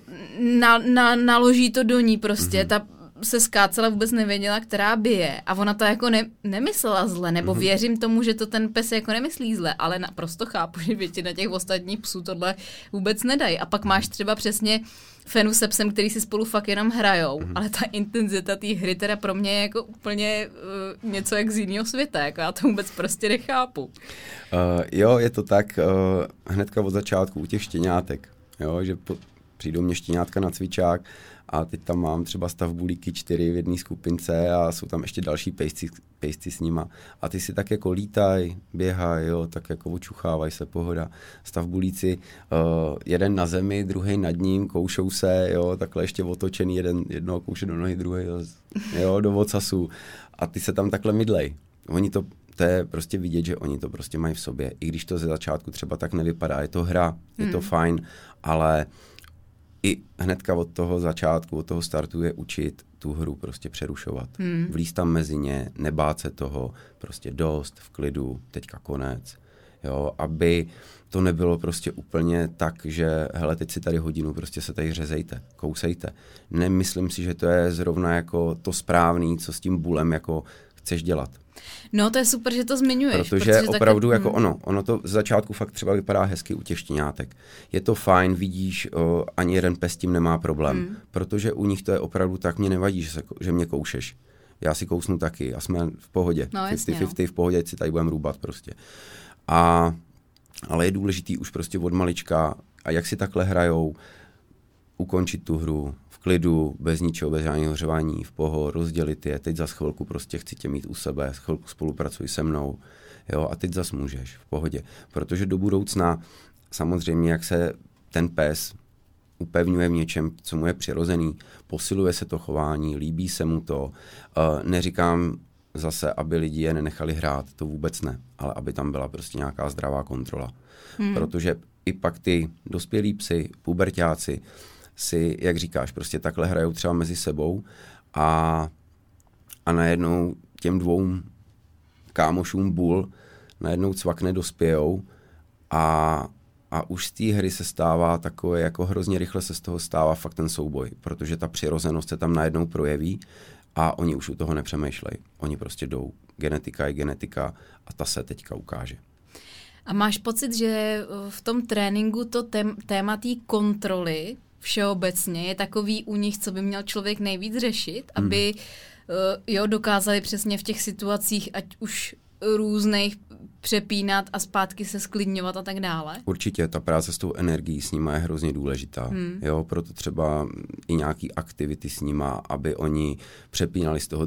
naloží to do ní prostě. Ta se skácela, vůbec nevěděla, která bije. A ona to jako nemyslela zle, nebo věřím tomu, že to ten pes jako nemyslí zle, ale naprosto chápu, že většina těch ostatních psů tohle vůbec nedají. A pak máš třeba přesně Fenu se psem, který si spolu fakt jenom hrajou, ale ta intenzita té hry teda pro mě je jako úplně něco jak z jiného světa, jako já to vůbec prostě nechápu. Jo, je to tak hnedka od začátku u těch štěňátek, jo, že přijdou mě štěňátka na cvičák a teď tam mám třeba stav bulíky 4 v jedné skupince a jsou tam ještě další pejsci s nima. A ty si tak jako lítaj, běhaj, jo, tak jako očuchávaj se, pohoda. Stav bulíci, jeden na zemi, druhý nad ním, koušou se, jo, takhle ještě otočený, jednoho kouše do nohy, druhý, jo, do ocasu. A ty se tam takhle mydlej. Oni to je prostě vidět, že oni to prostě mají v sobě. I když to ze začátku třeba tak nevypadá, je to hra, je to fajn, ale i hnedka od toho začátku, od toho startu je učit tu hru prostě přerušovat. Vlízt tam mezi ně, nebát se toho, prostě dost, v klidu, teďka konec. Jo, aby to nebylo prostě úplně tak, že hele, teď si tady hodinu prostě se tady řezejte, kousejte. Nemyslím si, že to je zrovna jako to správný, co s tím bulem jako chceš dělat. No, to je super, že to zmiňuješ. Protože opravdu jako ono to z začátku fakt třeba vypadá hezky u těch štěňátek. Je to fajn, vidíš, ani jeden pes s tím nemá problém, protože u nich to je opravdu tak, mě nevadí, že mě koušeš. Já si kousnu taky a jsme v pohodě. No, 50-50 v pohodě, si tady budeme růbat prostě. Ale je důležitý už prostě od malička a jak si takhle hrajou, ukončit tu hru v klidu, bez ničeho, bez žádného řvání, v poho, rozdělit je, teď zas chvilku prostě chci tě mít u sebe, chvilku spolupracuj se mnou, jo, a teď zas můžeš, v pohodě. Protože do budoucna samozřejmě, jak se ten pes upevňuje v něčem, co mu je přirozený, posiluje se to chování, líbí se mu to, neříkám zase, aby lidi je nenechali hrát, to vůbec ne, ale aby tam byla prostě nějaká zdravá kontrola. Protože i pak ty dospělí psi, puberťáci, si, jak říkáš, prostě takhle hrajou třeba mezi sebou a najednou těm dvou kámošům Bull najednou cvakne, dospějou a už z té hry se stává takové, jako hrozně rychle se z toho stává fakt ten souboj, protože ta přirozenost se tam najednou projeví a oni už u toho nepřemýšlejí. Oni prostě jdou. Genetika je genetika a ta se teďka ukáže. A máš pocit, že v tom tréninku to téma té kontroly všeobecně je takový u nich, co by měl člověk nejvíc řešit, aby dokázali přesně v těch situacích, ať už různých, přepínat a zpátky se sklidňovat a tak dále? Určitě, ta práce s tou energií s nima je hrozně důležitá. Jo, proto třeba i nějaký aktivity s nima, aby oni přepínali z toho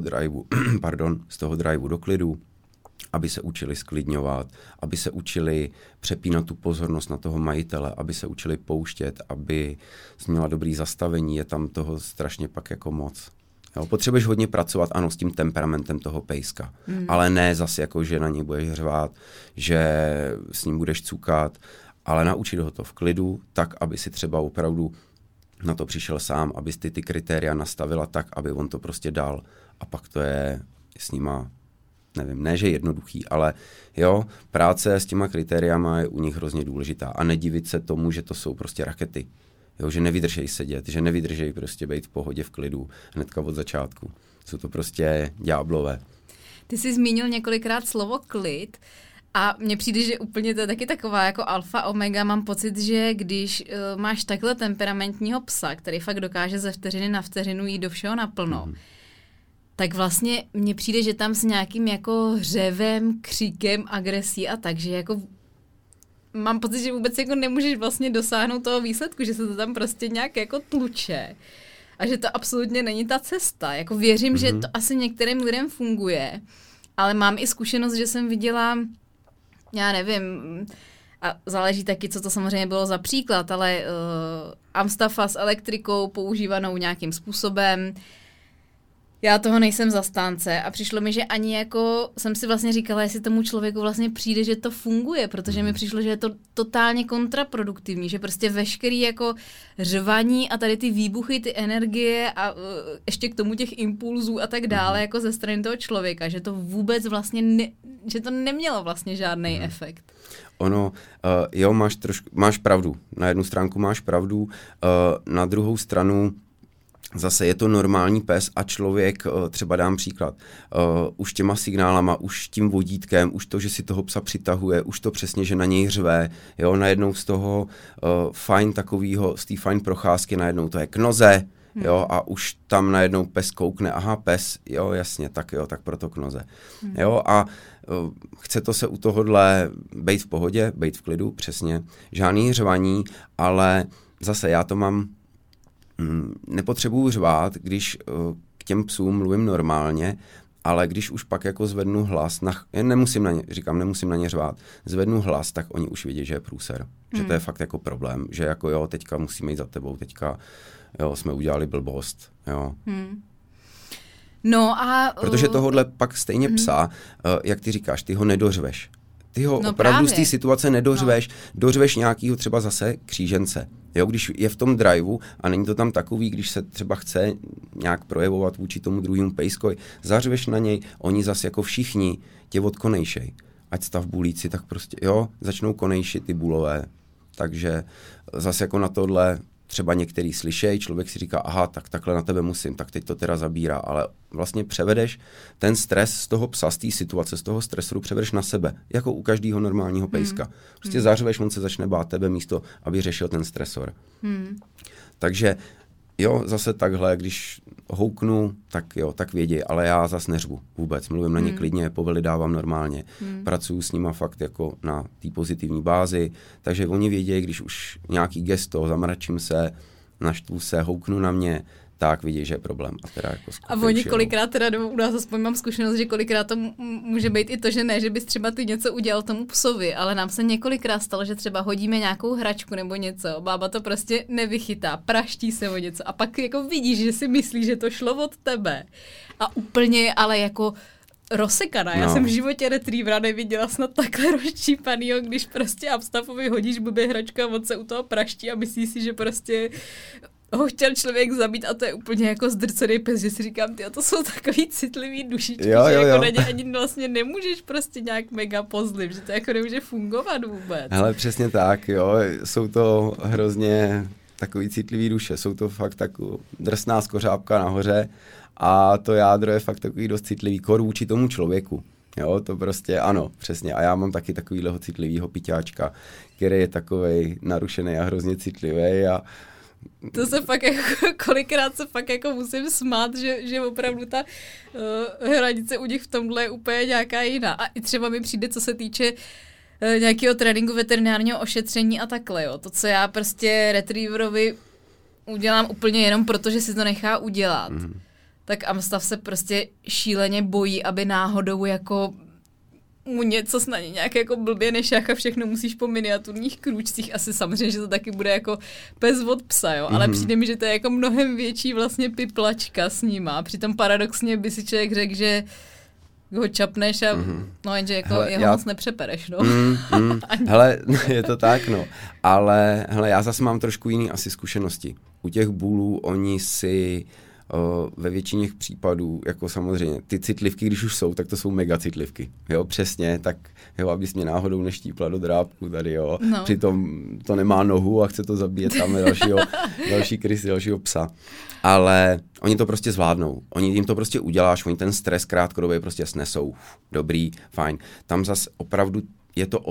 driveu do klidu, aby se učili sklidňovat, aby se učili přepínat tu pozornost na toho majitele, aby se učili pouštět, aby měla dobrý zastavení, je tam toho strašně pak jako moc. Jo, potřebuješ hodně pracovat, ano, s tím temperamentem toho pejska, ale ne zase jako, že na něj budeš řvát, že s ním budeš cukat, ale naučit ho to v klidu, tak, aby si třeba opravdu na to přišel sám, abys ty kritéria nastavila tak, aby on to prostě dal a pak to je s nima, nevím, ne, že jednoduchý, ale jo, práce s těma kritériama je u nich hrozně důležitá a nedivit se tomu, že to jsou prostě rakety. Jo, že nevydržej sedět, že nevydržej prostě být v pohodě, v klidu hnedka od začátku. Jsou to prostě ďáblové. Ty jsi zmínil několikrát slovo klid a mně přijde, že úplně to je taky taková jako alfa omega. Mám pocit, že když máš takhle temperamentního psa, který fakt dokáže ze vteřiny na vteřinu jít do všeho naplno, tak vlastně mně přijde, že tam s nějakým jako řevem, kříkem, agresí a tak, že jako mám pocit, že vůbec jako nemůžeš vlastně dosáhnout toho výsledku, že se to tam prostě nějak jako tluče a že to absolutně není ta cesta. Jako věřím, že to asi některým lidem funguje, ale mám i zkušenost, že jsem viděla, já nevím, a záleží taky, co to samozřejmě bylo za příklad, ale Amstaffa s elektrikou používanou nějakým způsobem. já toho nejsem zastánce a přišlo mi, že ani jako jsem si vlastně říkala, jestli tomu člověku vlastně přijde, že to funguje, protože mi přišlo, že je to totálně kontraproduktivní, že prostě veškerý jako řvaní a tady ty výbuchy, ty energie a ještě k tomu těch impulzů a tak dále jako ze strany toho člověka, že to vůbec vlastně, že to nemělo vlastně žádný efekt. Ono, jo, máš pravdu. Na jednu stránku máš pravdu, na druhou stranu zase je to normální pes a člověk, třeba dám příklad, už těma signálama, už tím vodítkem, už to, že si toho psa přitahuje, už to přesně, že na něj řve, jo, najednou z toho fajn takovýho, z té fajn procházky najednou to je k noze, jo, a už tam najednou pes koukne, aha, pes, jo, jasně, tak proto k noze. Jo, a chce to se u tohohle bejt v pohodě, bejt v klidu, přesně, žádný řvaní, ale zase já to mám, nepotřebuju řvát, když k těm psům mluvím normálně, ale když už pak jako zvednu hlas, nemusím na ně řvát, zvednu hlas, tak oni už vidí, že je průser, že to je fakt jako problém, že jako jo, teďka musíme jít za tebou, teďka jo, jsme udělali blbost, jo. No a... Protože tohodle pak stejně psa, jak ty říkáš, ty ho nedořveš. Ty ho opravdu právě. Z té situace nedořveš, dořveš nějakýho třeba zase křížence. Jo, když je v tom driveu a není to tam takový, když se třeba chce nějak projevovat vůči tomu druhému pejskovi, zařveš na něj, oni zase jako všichni tě odkonejšej. Ať stav bulíci, tak prostě, jo, začnou konejšit ty bulové. Takže zase jako na tohle třeba některý slyšej, člověk si říká, aha, tak takhle na tebe musím, tak teď to teda zabírá, ale vlastně převedeš ten stres z toho psa, z té situace, z toho stresoru převedeš na sebe, jako u každého normálního pejska. Prostě zařveš, on se začne bát tebe místo, aby řešil ten stresor. Takže jo, zase takhle, když houknu, tak jo, tak vědí, ale já zase neřvu vůbec, mluvím na ně klidně, povely dávám normálně, pracuju s nima fakt jako na té pozitivní bázi, takže oni vědí, když už nějaký gesto, zamračím se, naštvu se, houknu na mě, tak vidí, že je problém. A, teda jako a oni kolikrát teda, nebo u nás aspoň mám zkušenost, že kolikrát to může být i to, že ne, že bys třeba ty něco udělal tomu psovi, ale nám se několikrát stalo, že třeba hodíme nějakou hračku nebo něco, bába to prostě nevychytá, praští se o něco a pak jako vidíš, že si myslí, že to šlo od tebe. A úplně, ale jako rozsekaná. Já jsem v životě retrievera neviděla snad takhle rozčípanýho, když prostě Amstaffovi hodíš blbě hračku a on se u toho praští a myslí si, že prostě ho chtěl člověk zabít a to je úplně jako zdrcený pes, že si říkám, tyjo, to jsou takový citlivý dušičky, že jako na ně ani vlastně nemůžeš prostě nějak mega pozliv, že to jako nemůže fungovat vůbec. Hele, přesně tak, jo, jsou to hrozně takový citlivý duše, jsou to fakt taková drsná skořápka nahoře a to jádro je fakt takový dost citlivý, kor vůči tomu člověku. Jo, to prostě ano, přesně. A já mám taky takovýhleho citlivýho piťáčka, který je takovej narušený a hrozně citlivý a to se fakt jako, kolikrát se fakt jako musím smát, že opravdu ta hranice u nich v tomhle je úplně nějaká jiná. A i třeba mi přijde, co se týče nějakého tréninku veterinárního ošetření a takhle, jo. To, co já prostě retrieverovi udělám úplně jenom proto, že si to nechá udělat. Tak Amstaff se prostě šíleně bojí, aby náhodou jako mu něco snad nějak jako blbě nešách a všechno musíš po miniaturních krůčcích. Asi samozřejmě, že to taky bude jako pes od psa, jo. Ale přijde mi, že to je jako mnohem větší vlastně piplačka s nima. Přitom paradoxně by si člověk řekl, že ho čapneš a no jenže jako jeho moc nepřepereš, no. Hele, je to tak, no. Ale hele, já zase mám trošku jiný asi zkušenosti. U těch bulů oni si ve většině případů, jako samozřejmě, ty citlivky, když už jsou, tak to jsou mega citlivky, jo, přesně, tak jo, abys mě náhodou neštípla do drápku tady, jo, přitom to nemá nohu a chce to zabíjet tam další krysy, dalšího psa, ale oni to prostě zvládnou, jim to prostě uděláš, oni ten stres krátkodobě prostě snesou, dobrý, fajn, tam zas opravdu je to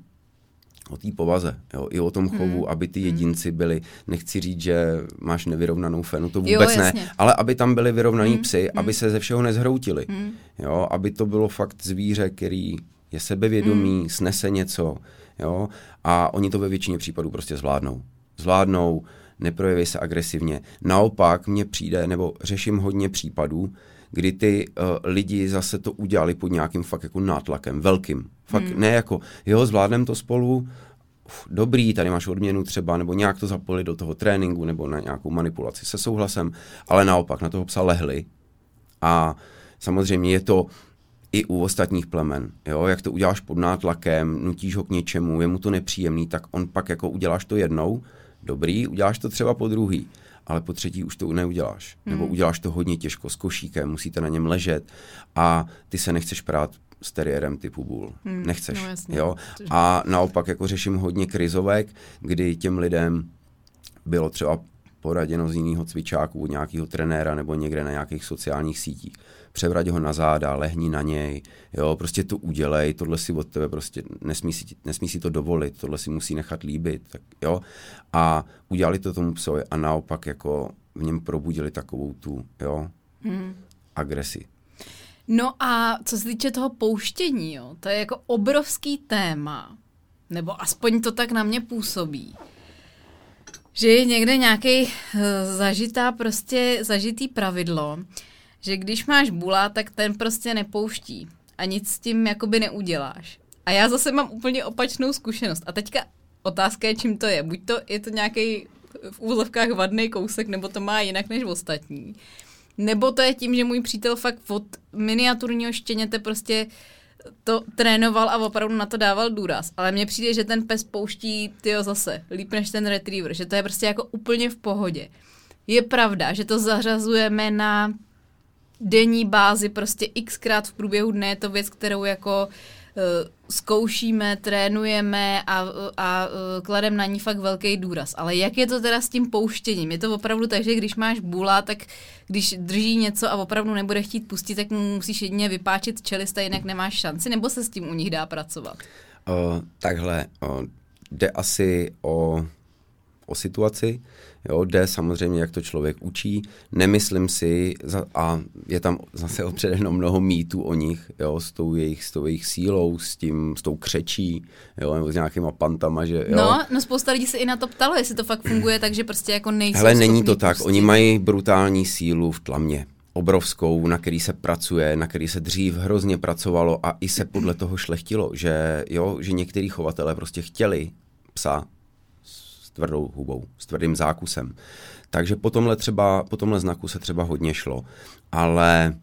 o té povaze, jo, i o tom chovu, aby ty jedinci byli, nechci říct, že máš nevyrovnanou fenu, to vůbec ne, ale aby tam byli vyrovnaný psy, aby se ze všeho nezhroutili, jo, aby to bylo fakt zvíře, který je sebevědomý, snese něco, jo, a oni to ve většině případů prostě zvládnou, neprojeví se agresivně. Naopak mně přijde, nebo řeším hodně případů, kdy ty lidi zase to udělali pod nějakým fakt jako nátlakem, velkým. Fakt ne jako, jo, zvládneme to spolu, dobrý, tady máš odměnu třeba, nebo nějak to zapojili do toho tréninku, nebo na nějakou manipulaci se souhlasem, ale naopak na toho psa lehli A samozřejmě je to i u ostatních plemen, jo, jak to uděláš pod nátlakem, nutíš ho k něčemu, je mu to nepříjemný, tak on pak jako uděláš to jednou, dobrý, uděláš to třeba po druhý, ale po třetí už to neuděláš. Nebo uděláš to hodně těžko, s košíkem, musíte na něm ležet a ty se nechceš prát s teriérem typu bull. Nechceš, no jasně. jo. A naopak jako řeším hodně krizovek, kdy těm lidem bylo třeba poraděno z jiného cvičáku, od nějakého trenéra nebo někde na nějakých sociálních sítích. Převrať ho na záda, lehni na něj, jo, prostě to udělej, tohle si od tebe prostě nesmí si to dovolit, tohle si musí nechat líbit, tak jo. A udělali to tomu psovi a naopak jako v něm probudili takovou tu, jo, agresi. No a co se týče toho pouštění, jo, to je jako obrovský téma, nebo aspoň to tak na mě působí, že je někde nějaký zažitý pravidlo, že když máš bula, tak ten prostě nepouští a nic s tím jakoby neuděláš. A já zase mám úplně opačnou zkušenost. A teďka otázka je, čím to je. Buď to je to nějaký v úvozovkách vadný kousek, nebo to má jinak než ostatní. Nebo to je tím, že můj přítel fakt od miniaturního štěněte prostě to trénoval a opravdu na to dával důraz. Ale mně přijde, že ten pes pouští zase líp než ten retriever, že to je prostě jako úplně v pohodě. Je pravda, že to zařazujeme na denní bázi, prostě xkrát v průběhu dne, je to věc, kterou jako zkoušíme, trénujeme a kladem na ní fakt velký důraz. Ale jak je to teda s tím pouštěním? Je to opravdu tak, že když máš bula, tak když drží něco a opravdu nebude chtít pustit, tak mu musíš jedině vypáčit čelist a jinak nemáš šanci, nebo se s tím u nich dá pracovat? Takhle, jde asi o situaci, jo, jde samozřejmě, jak to člověk učí. Nemyslím si, a je tam zase opředeno mnoho mýtů o nich, jo, s tou jejich sílou, s tou křečí, jo, nebo s nějakýma pantama, že jo. No, spousta lidí se i na to ptalo, jestli to fakt funguje, takže prostě jako nejsou Hele, není to tak, pustit. oni mají brutální sílu v tlamě. Obrovskou, na který se pracuje, na který se dřív hrozně pracovalo a i se podle toho šlechtilo, že některý chovatelé prostě chtěli psa s tvrdou hubou, s tvrdým zákusem. Takže po tomhle znaku se třeba hodně šlo. Ale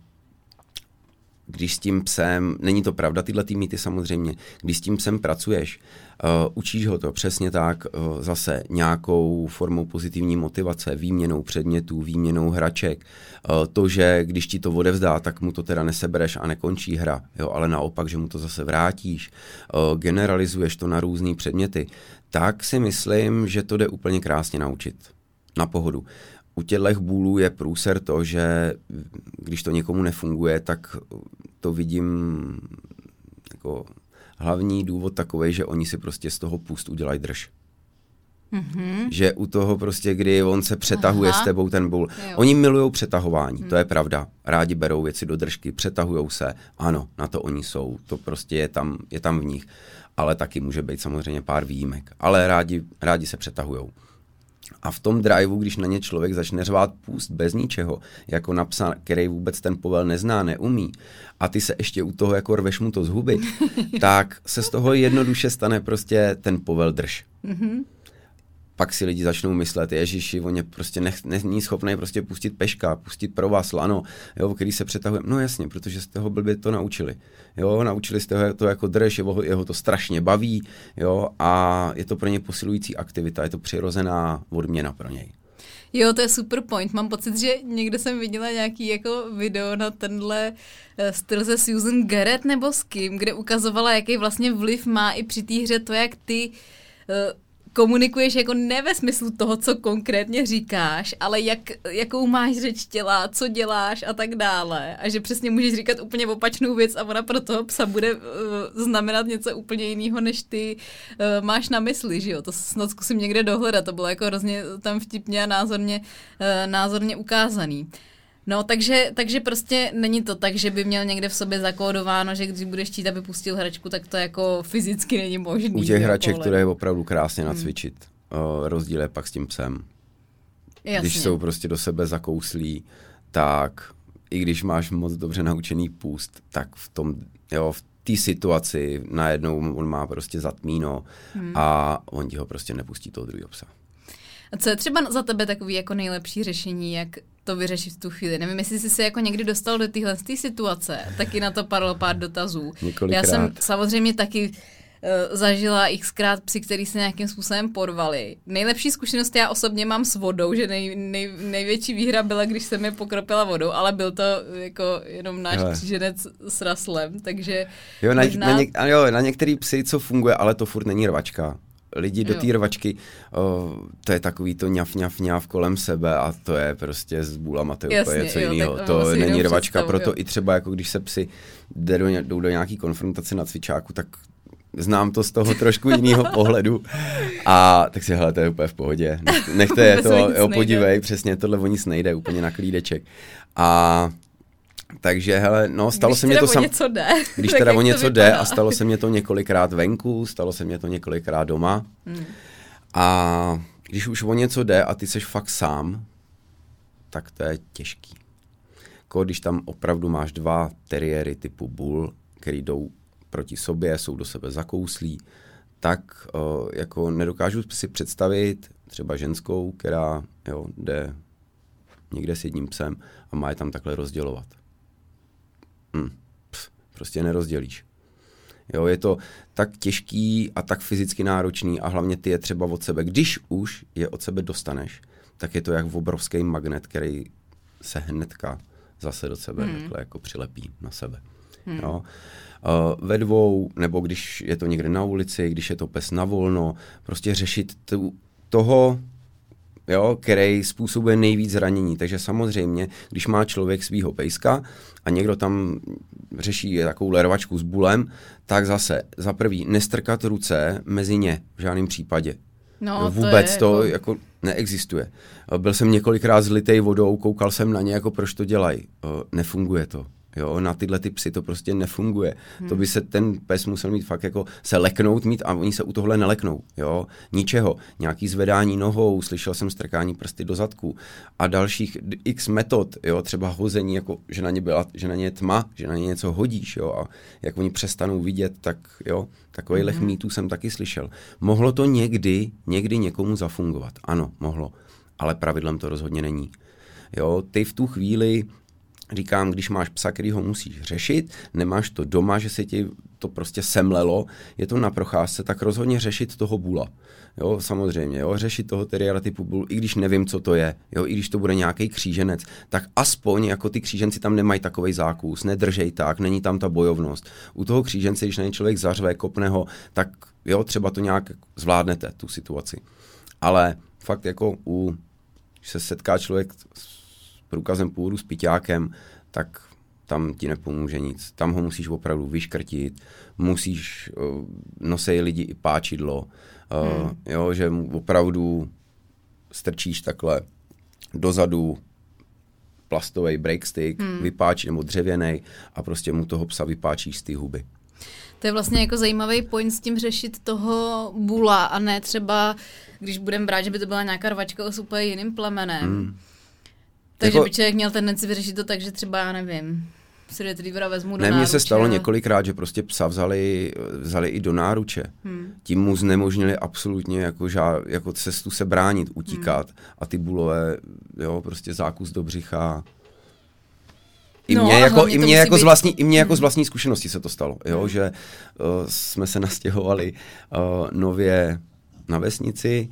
když s tím psem, není to pravda, tyhle mýty samozřejmě, když s tím psem pracuješ, učíš ho to přesně tak, zase nějakou formou pozitivní motivace, výměnou předmětů, výměnou hraček, to, že když ti to odevzdá, tak mu to teda nesebereš a nekončí hra, jo, ale naopak, že mu to zase vrátíš, generalizuješ to na různý předměty, tak si myslím, že to jde úplně krásně naučit. Na pohodu. U těchto bůlů je průser to, že když to někomu nefunguje, tak to vidím jako hlavní důvod takovej, že oni si prostě z toho pust udělají drž. Mm-hmm. Že u toho prostě, kdy on se přetahuje s tebou ten bůl. Oni milujou přetahování, to je pravda. Rádi berou věci do držky, přetahujou se. Ano, na to oni jsou. To prostě je tam v nich. Ale taky může být samozřejmě pár výjimek. Ale rádi se přetahujou. A v tom driveu, když na ně člověk začne řvát pust bez ničeho, jako na psa, který vůbec ten povel nezná, neumí, a ty se ještě u toho jako rveš mu to z huby, tak se z toho jednoduše stane prostě ten povel drž. Mm-hmm. Pak si lidi začnou myslet, ježiši, on je prostě není schopný prostě pustit peška, pustit provaz, lano, jo, který se přetahuje. No jasně, protože jste ho blbě to naučili. Jo, naučili jste ho to jako drž, jeho to strašně baví, jo, a je to pro ně posilující aktivita, je to přirozená odměna pro něj. Jo, to je super point. Mám pocit, že někde jsem viděla nějaký jako video na tenhle styl se Susan Garrett nebo s kým, kde ukazovala, jaký vlastně vliv má i při té hře to, jak ty komunikuješ jako ne ve smyslu toho, co konkrétně říkáš, ale jakou máš řeč těla, co děláš a tak dále. A že přesně můžeš říkat úplně opačnou věc a ona pro toho psa bude znamenat něco úplně jiného, než ty máš na mysli, že jo. To snad zkusím někde dohledat, to bylo jako hrozně tam vtipně a názorně ukázaný. No, takže prostě není to tak, že by měl někde v sobě zakódováno, že když budeš chtít, aby pustil hračku, tak to jako fyzicky není možný. U těch hraček to je opravdu krásně nacvičit. Rozdíl je pak s tím psem. Jasně. Když jsou prostě do sebe zakouslí, tak i když máš moc dobře naučený pust, tak v té situaci najednou on má prostě zatmíno a on ti ho prostě nepustí toho druhého psa. A co je třeba za tebe takový jako nejlepší řešení, jak to vyřešit v tu chvíli. Nevím, jestli jsi se jako někdy dostal do téhle situace, taky na to padlo pár dotazů. Několikrát. Já jsem samozřejmě taky zažila xkrát psy, který se nějakým způsobem porvali. Nejlepší zkušenost já osobně mám s vodou, že největší výhra byla, když jsem je pokropila vodou, ale byl to jako jenom náš kříženec s Russellem, takže jo, na některý psy, co funguje, ale to furt není rvačka. Lidi do té rvačky, to je takový to ňaf kolem sebe a to je prostě s bůlama, to je úplně něco jiného. To není rvačka, proto i třeba jako když se psy jdou do nějaký konfrontace na cvičáku, tak znám to z toho trošku jiného pohledu a tak si hele, to je úplně v pohodě. Nechte je to, jo, podívej, přesně tohle o nic nejde, úplně na klídeček. A takže hele, no stalo se mě to když teda o něco jde a stalo se mě to několikrát venku, stalo se mě to několikrát doma. A když už o něco jde a ty seš fakt sám, tak to je těžký. Když tam opravdu máš 2 teriéry typu bull, který jdou proti sobě, jsou do sebe zakouslí, tak jako nedokážu si představit třeba ženskou, která jde někde s jedním psem a má je tam takhle rozdělovat. Prostě nerozdělíš. Jo, je to tak těžký a tak fyzicky náročný a hlavně ty je třeba od sebe. Když už je od sebe dostaneš, tak je to jak obrovský magnet, který se hnedka zase do sebe takhle jako přilepí na sebe. Jo. Ve dvou, nebo když je to někde na ulici, když je to pes na volno, prostě řešit toho, který způsobuje nejvíc zranění. Takže samozřejmě, když má člověk svýho pejska a někdo tam řeší takovou lervačku s bulem, tak zase za prvý nestrkat ruce mezi ně v žádném případě. No, vůbec to jako neexistuje. Byl jsem několikrát zlitej vodou, koukal jsem na ně, jako proč to dělají. Nefunguje to. Jo, na tyhle ty psy to prostě nefunguje. To by se ten pes musel mít fakt jako se leknout mít a oni se u tohle neleknou. Jo, ničeho. Nějaký zvedání nohou, slyšel jsem strkání prsty do zadku a dalších x metod, jo, třeba hození, jako že na ně je tma, že na ně něco hodíš, jo, a jak oni přestanou vidět, tak jo, takových mýtů jsem taky slyšel. Mohlo to někdy někomu zafungovat. Ano, mohlo, ale pravidlem to rozhodně není. Jo, ty v tu chvíli říkám, když máš psa, který ho musíš řešit, nemáš to doma, že se ti to prostě semlelo, je to na procházce, tak rozhodně řešit toho bula. Jo, samozřejmě, jo, řešit toho teriéra typu bull, i když nevím, co to je, jo, i když to bude nějaký kříženec, tak aspoň jako ty kříženci tam nemají takovej zákus, nedržej tak, není tam ta bojovnost. U toho křížence, když na ně člověk zařve, kopne ho, tak jo, třeba to nějak zvládnete, tu situaci. Ale fakt jako když se setká člověk s průkazem původu s piťákem, tak tam ti nepomůže nic. Tam ho musíš opravdu vyškrtit, musíš, nosej lidi i páčidlo, jo, že opravdu strčíš takhle dozadu plastový breakstick, vypáčí, nebo dřevěnej a prostě mu toho psa vypáčíš z té huby. To je vlastně jako zajímavý point s tím řešit toho bula a ne třeba, když budeme brát, že by to byla nějaká rvačka s úplně jiným plemenem. Takže jako, by člověk měl tendenci vyřešit to tak, že třeba, já nevím, si retrievera vezmu do náruče. Mně se stalo několikrát, že prostě psa vzali i do náruče. Tím mu znemožnili absolutně jako cestu se bránit, utíkat. A ty bulové, jo, prostě zákus do břicha. I mě jako z vlastní zkušenosti se to stalo, jo, že jsme se nastěhovali nově na vesnici,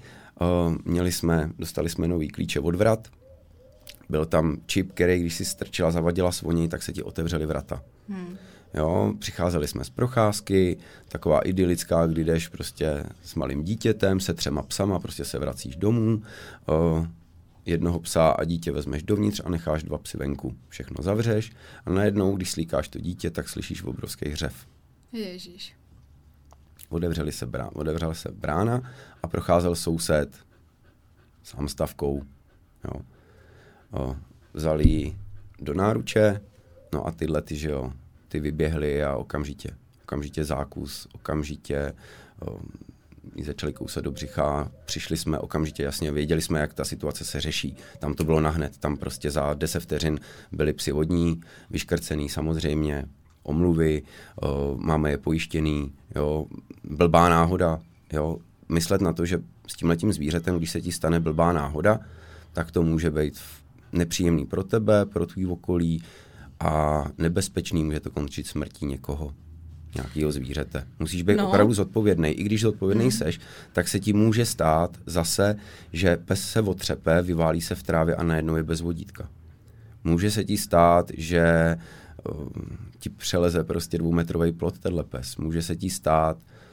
dostali jsme nový klíče od vrat. Byl tam čip, který, když si strčila, zavadila svoní, tak se ti otevřely vrata. Jo, přicházeli jsme z procházky, taková idylická, kdy jdeš prostě s malým dítětem, se 3 psama, prostě se vracíš domů, jednoho psa a dítě vezmeš dovnitř a necháš 2 psy venku. Všechno zavřeš a najednou, když slíkáš to dítě, tak slyšíš obrovský hřev. Ježíš. Otevřela se brána a procházel soused s hamstavkou, jo. Vzali ji do náruče, no a ty vyběhly a okamžitě zákus, okamžitě jí začali kousat do břicha, přišli jsme okamžitě, jasně, věděli jsme, jak ta situace se řeší, tam to bylo nahned, tam prostě za 10 vteřin byli psi vodní, vyškrcený samozřejmě, omluvy, máme je pojištěný, jo, blbá náhoda, jo, myslet na to, že s tímhletím zvířetem, když se ti stane blbá náhoda, tak to může být nepříjemný pro tebe, pro tvý okolí a nebezpečný, může to končit smrtí někoho, nějakého zvířete. Musíš být opravdu zodpovědný. I když zodpovědný seš, tak se ti může stát zase, že pes se otřepe, vyválí se v trávě a najednou je bez vodítka. Může se ti stát, že ti přeleze prostě 2metrový plot tenhle pes. Může se ti stát.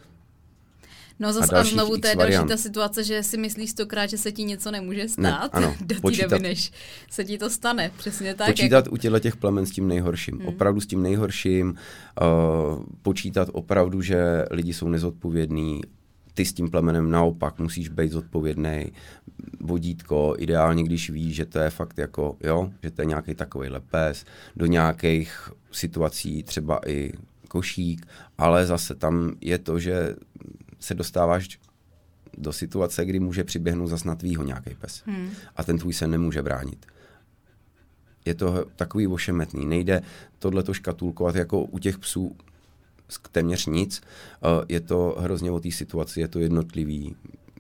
No zase a znovu to je další ta situace, že si myslíš 100krát, že se ti něco nemůže stát, ne, ano, do té doby, než se ti to stane. Přesně tak. Počítat u těch plemen s tím nejhorším. Opravdu s tím nejhorším. Počítat opravdu, že lidi jsou nezodpovědní. Ty s tím plemenem naopak musíš být zodpovědný. Vodítko, ideálně, když víš, že to je fakt jako, jo, že to je nějaký takovejhle pes, do nějakých situací třeba i košík, ale zase tam je to, že se dostáváš do situace, kdy může přiběhnout zas na tvýho nějaký pes. A ten tvůj se nemůže bránit. Je to takový ošemetný. Nejde tohleto škatulkovat jako u těch psů téměř nic. Je to hrozně o té situaci, je to jednotlivý.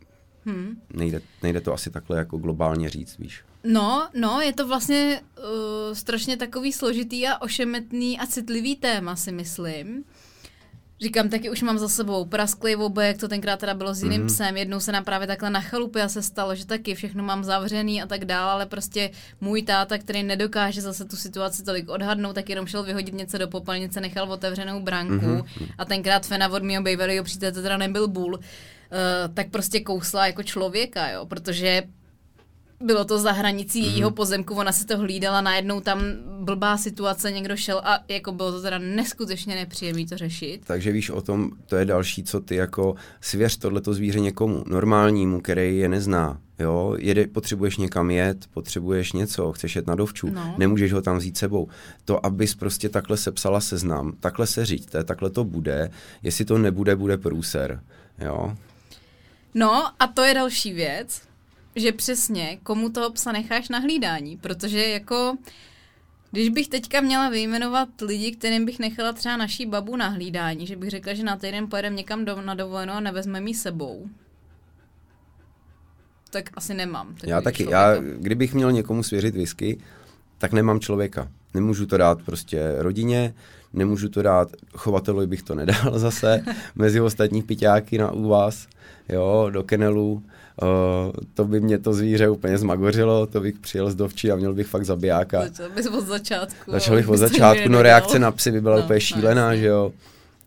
Nejde to asi takhle jako globálně říct, víš. No, je to vlastně strašně takový složitý a ošemetný a citlivý téma, si myslím. Říkám, taky už mám za sebou prasklý obojek, to tenkrát teda bylo s jiným psem, jednou se nám právě takhle na chalupě se stalo, že taky všechno mám zavřený a tak dále, ale prostě můj táta, který nedokáže zase tu situaci tolik odhadnout, tak jenom šel vyhodit něco do popelnice, nechal otevřenou branku a tenkrát Fena od mýho bývalýho přítele, to teda nebyl Bull, tak prostě kousla jako člověka, jo, protože bylo to za hranicí jejího pozemku, ona si to hlídala, najednou tam blbá situace, někdo šel a jako bylo to teda neskutečně nepříjemný to řešit. Takže víš o tom, to je další, co ty jako svěř tohleto zvíře někomu, normálnímu, který je nezná, jo, potřebuješ někam jet, potřebuješ něco, chceš jet na dovču, nemůžeš ho tam vzít sebou. To, abys prostě takhle sepsala seznam, takhle se říďte, takhle to bude, jestli to nebude, bude průser, jo. No a to je další věc, že přesně komu toho psa necháš na hlídání, protože jako, když bych teďka měla vyjmenovat lidi, kterým bych nechala třeba naší babu na hlídání, že bych řekla, že na týden pojedeme někam na dovolenou a nevezmeme ji sebou, tak asi nemám. Já taky, kdybych měl někomu svěřit whisky, tak nemám člověka. Nemůžu to dát prostě rodině, nemůžu to dát, chovatelovi bych to nedal zase, mezi ostatní piťáky u vás, jo, do kennelu. To by mě to zvíře úplně zmagořilo, to bych přijel z dovčí a měl bych fakt zabijáka. Začal bych od začátku. Začal bych od začátku, no reakce na psy by byla úplně šílená, že jo.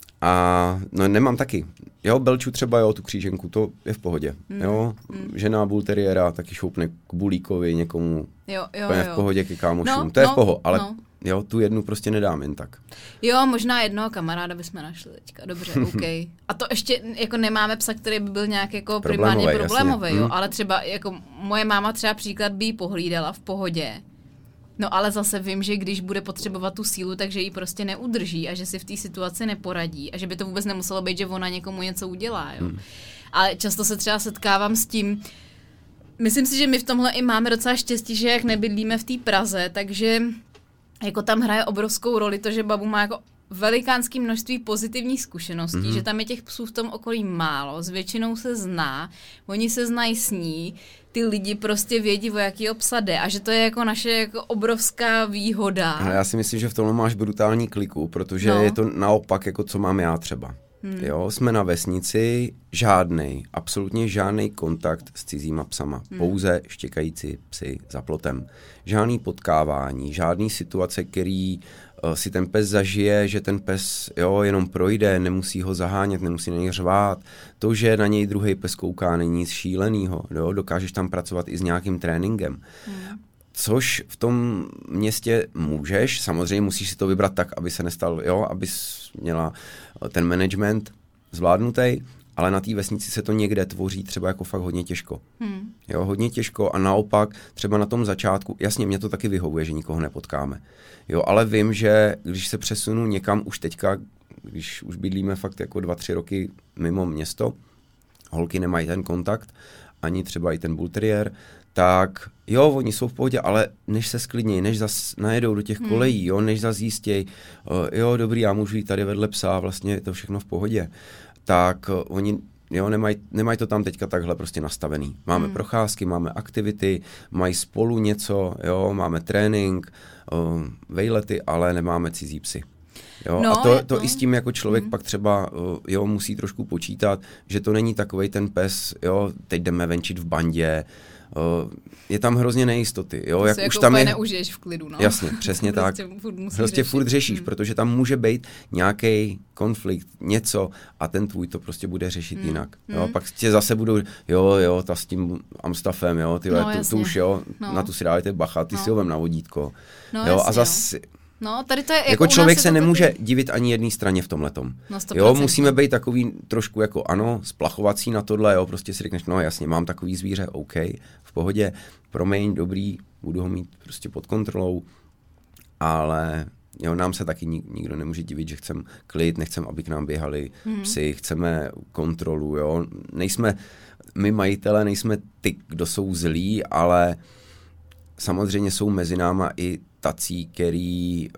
A no nemám taky. Jo, Belču třeba, jo, tu kříženku, to je v pohodě. Jo, žena bull terriera taky šoupne k bulíkovi někomu. Jo. V pohodě ke kámošům. To je v pohodě, ale jo, tu jednu prostě nedám jen tak. Jo, možná jednoho kamaráda bychom našli teďka, dobře, OK. A to ještě jako nemáme psa, který by byl nějak jako primárně problémový, jo, ale třeba jako moje máma třeba příklad by jí pohlídala v pohodě. No ale zase vím, že když bude potřebovat tu sílu, takže ji prostě neudrží a že si v té situaci neporadí a že by to vůbec nemuselo být, že ona někomu něco udělá, jo. Ale často se třeba setkávám s tím, myslím si, že my v tomhle i máme docela štěstí, že jak nebydlíme v té Praze, takže jako tam hraje obrovskou roli to, že babu má jako velikánské množství pozitivních zkušeností, že tam je těch psů v tom okolí málo, s většinou se zná, oni se znají s ní, ty lidi prostě vědí, o jakýho psa jde a že to je jako naše jako obrovská výhoda. Ale já si myslím, že v tomhle máš brutální kliku, protože je to naopak, jako co mám já třeba. Jo, jsme na vesnici, absolutně žádný kontakt s cizíma psama. Pouze štěkající psy za plotem. Žádný potkávání, žádný situace, který si ten pes zažije, že ten pes jenom projde, nemusí ho zahánět, nemusí na něj řvát. To, že na něj druhý pes kouká, není nic šílenýho. Jo? Dokážeš tam pracovat i s nějakým tréninkem. Což v tom městě můžeš, samozřejmě musíš si to vybrat tak, aby se nestal, abys měla ten management zvládnutý, ale na té vesnici se to někde tvoří třeba jako fakt hodně těžko. Jo, hodně těžko a naopak třeba na tom začátku, jasně, mě to taky vyhovuje, že nikoho nepotkáme. Jo, ale vím, že když se přesunu někam už teďka, když už bydlíme fakt jako 2-3 roky mimo město, holky nemají ten kontakt, ani třeba i ten bull terrier, tak jo, oni jsou v pohodě, ale než se sklidnějí, než zas najedou do těch kolejí, jo, než zas zjistějí, jo, dobrý, já můžu jít tady vedle psa, vlastně je to všechno v pohodě, tak oni Jo, nemají to tam teďka takhle prostě nastavený. Máme procházky, máme aktivity, mají spolu něco, jo, máme trénink, vejlety, ale nemáme cizí psy. Jo, no, a to i s tím jako člověk pak třeba musí trošku počítat, že to není takovej ten pes, jo, teď jdeme venčit v bandě, je tam hrozně nejistoty. Jo, jak už tam neužiješ v klidu. No. Jasně, přesně tak. Prostě furt řešíš, protože tam může být nějaký konflikt, něco a ten tvůj to prostě bude řešit jinak. Jo, pak tě zase budou, jo, ta s tím Amstaffem, jo, tu už, jo, na tu si dávajte bacha, ty si ho vem na vodítko. No, jo, jasně, a zase no, tady to je, jako člověk se nemůže divit ani jedné straně v tomhletom. No, jo, musíme být takový trošku jako splachovací na tohle, jo, prostě si řekneš, no jasně, mám takový zvíře, OK, v pohodě, promiň, dobrý, budu ho mít prostě pod kontrolou, ale jo, nám se taky nikdo nemůže divit, že chceme klid, nechceme, aby k nám běhali psy, chceme kontrolu, jo, my majitele nejsme ty, kdo jsou zlí, ale samozřejmě jsou mezi náma i tací, který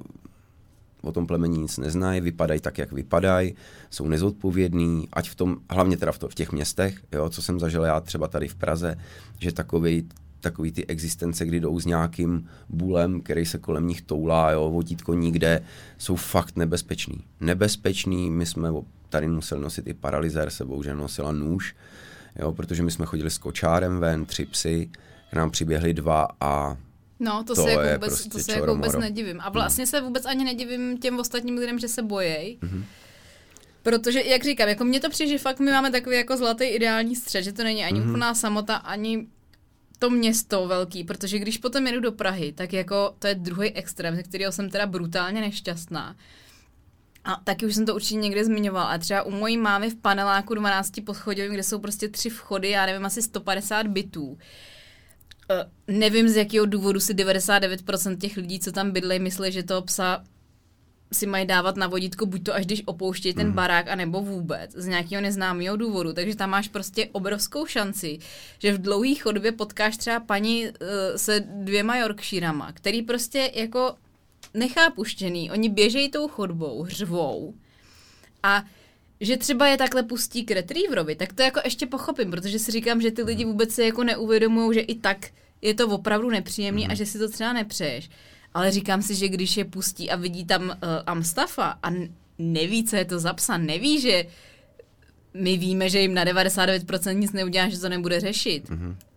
o tom plemeni nic neznají, vypadají tak, jak vypadají, jsou nezodpovědní, ať v tom, hlavně teda v těch městech, jo, co jsem zažil já třeba tady v Praze, že takový ty existence, kdy jdou s nějakým bulem, který se kolem nich toulá, jo, vodítko nikde, jsou fakt nebezpečný, my jsme tady museli nosit i paralyzér, sebou že nosila nůž, jo, protože my jsme chodili s kočárem ven, 3 psy, k nám přiběhli 2 a no, to se jako vůbec nedivím. A vlastně se vůbec ani nedivím těm ostatním lidem, že se bojejí. Protože, jak říkám, jako mně to přijde, že fakt my máme takový jako zlatý ideální střed, že to není ani úplná samota, ani to město velký, protože když potom jedu do Prahy, tak jako to je druhý extrém, ze kterého jsem teda brutálně nešťastná. A taky už jsem to určitě někde zmiňovala. A třeba u mojí mámy v paneláku 12 podchodovým, kde jsou prostě 3 vchody, já nevím, asi 150 bytů. Nevím, z jakého důvodu si 99% těch lidí, co tam bydlejí, myslí, že toho psa si mají dávat na vodítko, buď to až když opouštějí ten barák, anebo vůbec, z nějakého neznámého důvodu. Takže tam máš prostě obrovskou šanci, že v dlouhé chodbě potkáš třeba paní se 2 Yorkshirama, který prostě jako nechápuštěný. Oni běžejí tou chodbou, řvou a že třeba je takhle pustí k retrieverovi, tak to jako ještě pochopím, protože si říkám, že ty lidi vůbec se jako neuvědomují, že i tak je to opravdu nepříjemný a že si to třeba nepřeješ. Ale říkám si, že když je pustí a vidí tam Amstaffa a neví, co je to za psa, neví, že my víme, že jim na 99% nic neudělá, že to nebude řešit.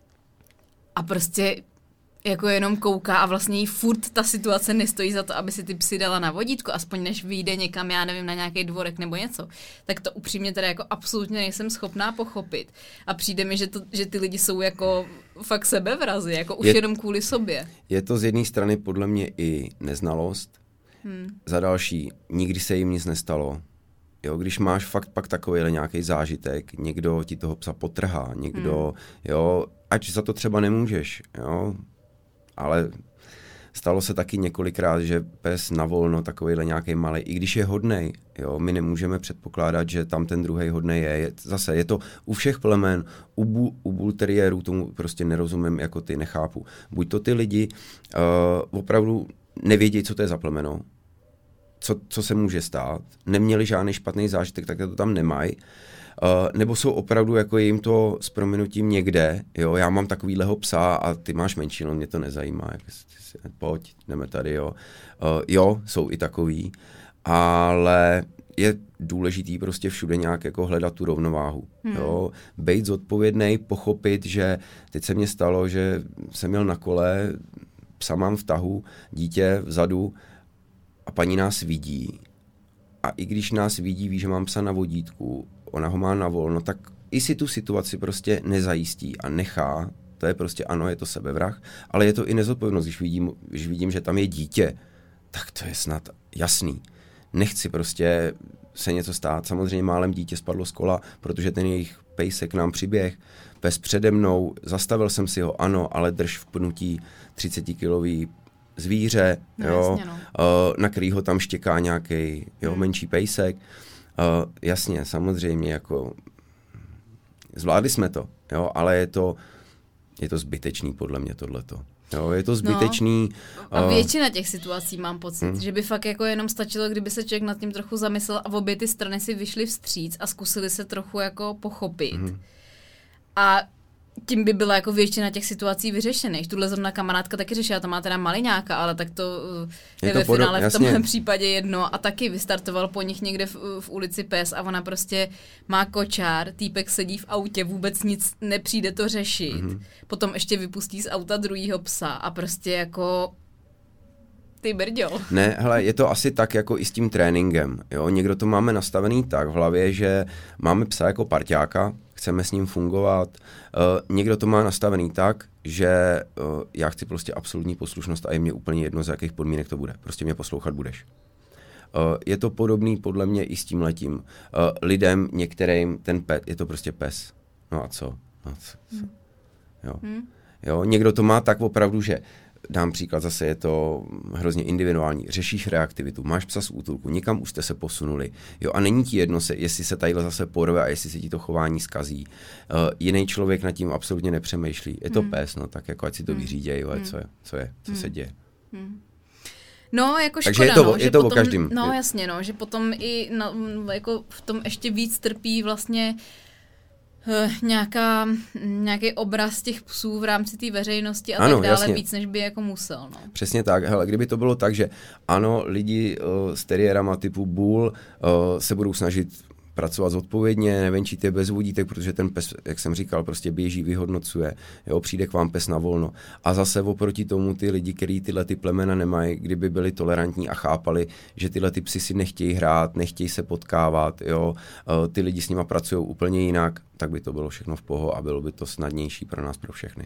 A prostě jako jenom kouká a vlastně jí furt ta situace nestojí za to, aby si ty psy dala na vodítko, aspoň než vyjde někam, já nevím, na nějaký dvorek nebo něco. Tak to upřímně teda jako absolutně nejsem schopná pochopit. A přijde mi, že ty lidi jsou jako fakt sebevrazy, jako už jenom kvůli sobě. Je to z jedné strany podle mě i neznalost, za další, nikdy se jim nic nestalo. Jo, když máš fakt pak takovýhle nějaký zážitek, někdo ti toho psa potrhá, někdo, jo, ať za to třeba nemůžeš, jo, ale stalo se taky několikrát, že pes na volno, takovejhle nějaký malý, i když je hodnej, jo, my nemůžeme předpokládat, že tam ten druhej hodnej je. Zase je to u všech plemen, u bull terriérů tomu prostě nerozumím, jako ty nechápu. Buď to ty lidi opravdu nevědí, co to je za plemeno, co se může stát, neměli žádný špatný zážitek, tak to tam nemají. Nebo jsou opravdu, jako jim to s prominutím někde, jo, já mám takovýhleho psa a ty máš menší, no mě to nezajímá, pojď, jdeme tady, jo. Jo, jsou i takový, ale je důležitý prostě všude nějak jako hledat tu rovnováhu, jo. Bejt zodpovědnej, pochopit, že teď se mně stalo, že jsem měl na kole, psa mám v tahu, dítě vzadu a paní nás vidí a i když nás vidí, ví, že mám psa na vodítku, ona ho má na volno, tak i si tu situaci prostě nezajistí a nechá. To je prostě, ano, je to sebevrah, ale je to i nezodpovědnost. Když vidím, že tam je dítě, tak to je snad jasný. Nechci prostě se něco stát. Samozřejmě málem dítě spadlo z kola, protože ten jejich pejsek nám přiběh. Pes přede mnou, zastavil jsem si ho, ano, ale drž v pnutí 30-kilový zvíře, no, jo, jasně, no. Na kterýho tam štěká nějaký menší pejsek. Jasně, samozřejmě, jako zvládli jsme to, jo, ale je to zbytečný podle mě tohleto. Jo, je to zbytečný. No, a většina těch situací mám pocit, že by fakt jako jenom stačilo, kdyby se člověk nad tím trochu zamyslel a obě ty strany si vyšly vstříc a zkusili se trochu jako pochopit. A tím by byla jako většina těch situací vyřešených. Tuhle zrovna kamarádka taky řešila, ta má teda maliňáka, ale tak to je ve finále v tomhle případě jedno a taky vystartoval po nich někde v ulici pes a ona prostě má kočár, týpek sedí v autě, vůbec nic nepřijde to řešit. Potom ještě vypustí z auta druhýho psa a prostě jako ty brďo. Ne, hele, je to asi tak jako i s tím tréninkem. Jo? Někdo to máme nastavený tak v hlavě, že máme psa jako parťáka, chceme s ním fungovat. Někdo to má nastavený tak, že já chci prostě absolutní poslušnost a je mě úplně jedno, z jakých podmínek to bude. Prostě mě poslouchat budeš. Je to podobný podle mě i s tímhletím. Lidem, některým ten pet, je to prostě pes. No a co? Jo. Jo, někdo to má tak opravdu, že dám příklad, zase je to hrozně individuální. Řešíš reaktivitu, máš psa z útulku, někam už jste se posunuli. Jo, a není ti jedno, jestli se tadyhle zase porve a jestli se ti to chování zkazí. Jiný člověk nad tím absolutně nepřemýšlí. Je to pes, no tak jako ať si to vyřídějí, co se děje. No, jako takže škoda, je to o každém. No, jasně, no, že potom i jako v tom ještě víc trpí vlastně nějaký obraz těch psů v rámci té veřejnosti a tak dále, jasně. Víc, než by jako musel. No. Přesně tak. Hele, kdyby to bylo tak, že ano, lidi s teriérama typu bull se budou snažit pracovat zodpovědně, nevenčíte bez vodítek, protože ten pes, jak jsem říkal, prostě běží, vyhodnocuje, jo, přijde k vám pes na volno. A zase oproti tomu ty lidi, kteří tyhle ty plemena nemají, kdyby byli tolerantní a chápali, že tyhle ty psy si nechtějí hrát, nechtějí se potkávat, jo, ty lidi s nima pracují úplně jinak, tak by to bylo všechno v poho a bylo by to snadnější pro nás, pro všechny.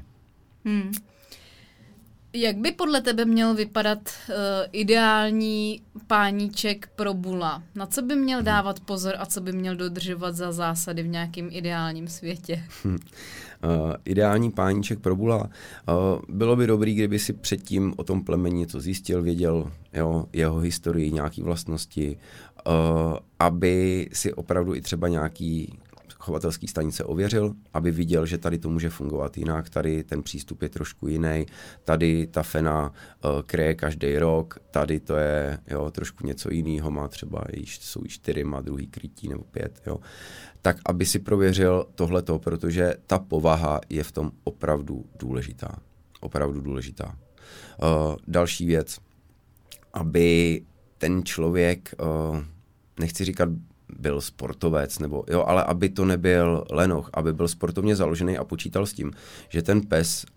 Jak by podle tebe měl vypadat ideální páníček pro bula? Na co by měl dávat pozor a co by měl dodržovat za zásady v nějakém ideálním světě? Ideální páníček pro bula? Bylo by dobrý, kdyby si předtím o tom plemeni něco zjistil, věděl jeho historii, nějaké vlastnosti, aby si opravdu i třeba nějaký chovatelský stanice ověřil, aby viděl, že tady to může fungovat jinak, tady ten přístup je trošku jiný, tady ta fena kreje každý rok, tady to je trošku něco jiného, má třeba jsou 4, má druhý krytí nebo 5, jo. Tak aby si prověřil tohleto, protože ta povaha je v tom opravdu důležitá. Opravdu důležitá. Další věc, aby ten člověk, nechci říkat byl sportovec, ale aby to nebyl lenoch, aby byl sportovně založený a počítal s tím, že ten pes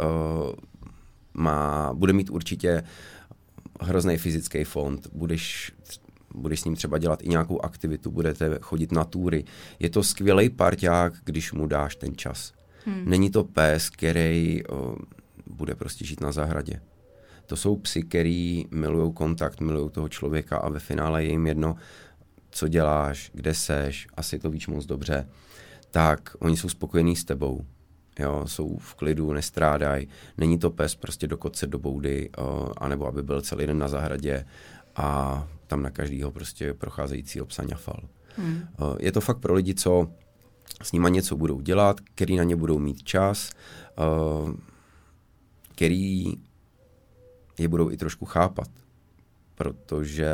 bude mít určitě hrozný fyzický fond, budeš s ním třeba dělat i nějakou aktivitu, budete chodit na túry. Je to skvělej parťák, když mu dáš ten čas. Není to pes, který bude prostě žít na zahradě. To jsou psi, který milujou kontakt, milujou toho člověka a ve finále je jim jedno, co děláš, kde seš, asi to víš moc dobře, tak oni jsou spokojení s tebou. Jo, jsou v klidu, nestrádají. Není to pes prostě do kotce, do boudy, anebo aby byl celý den na zahradě a tam na každýho prostě procházejícího psa ňafal. Je to fakt pro lidi, co s nima něco budou dělat, který na ně budou mít čas, který je budou i trošku chápat, protože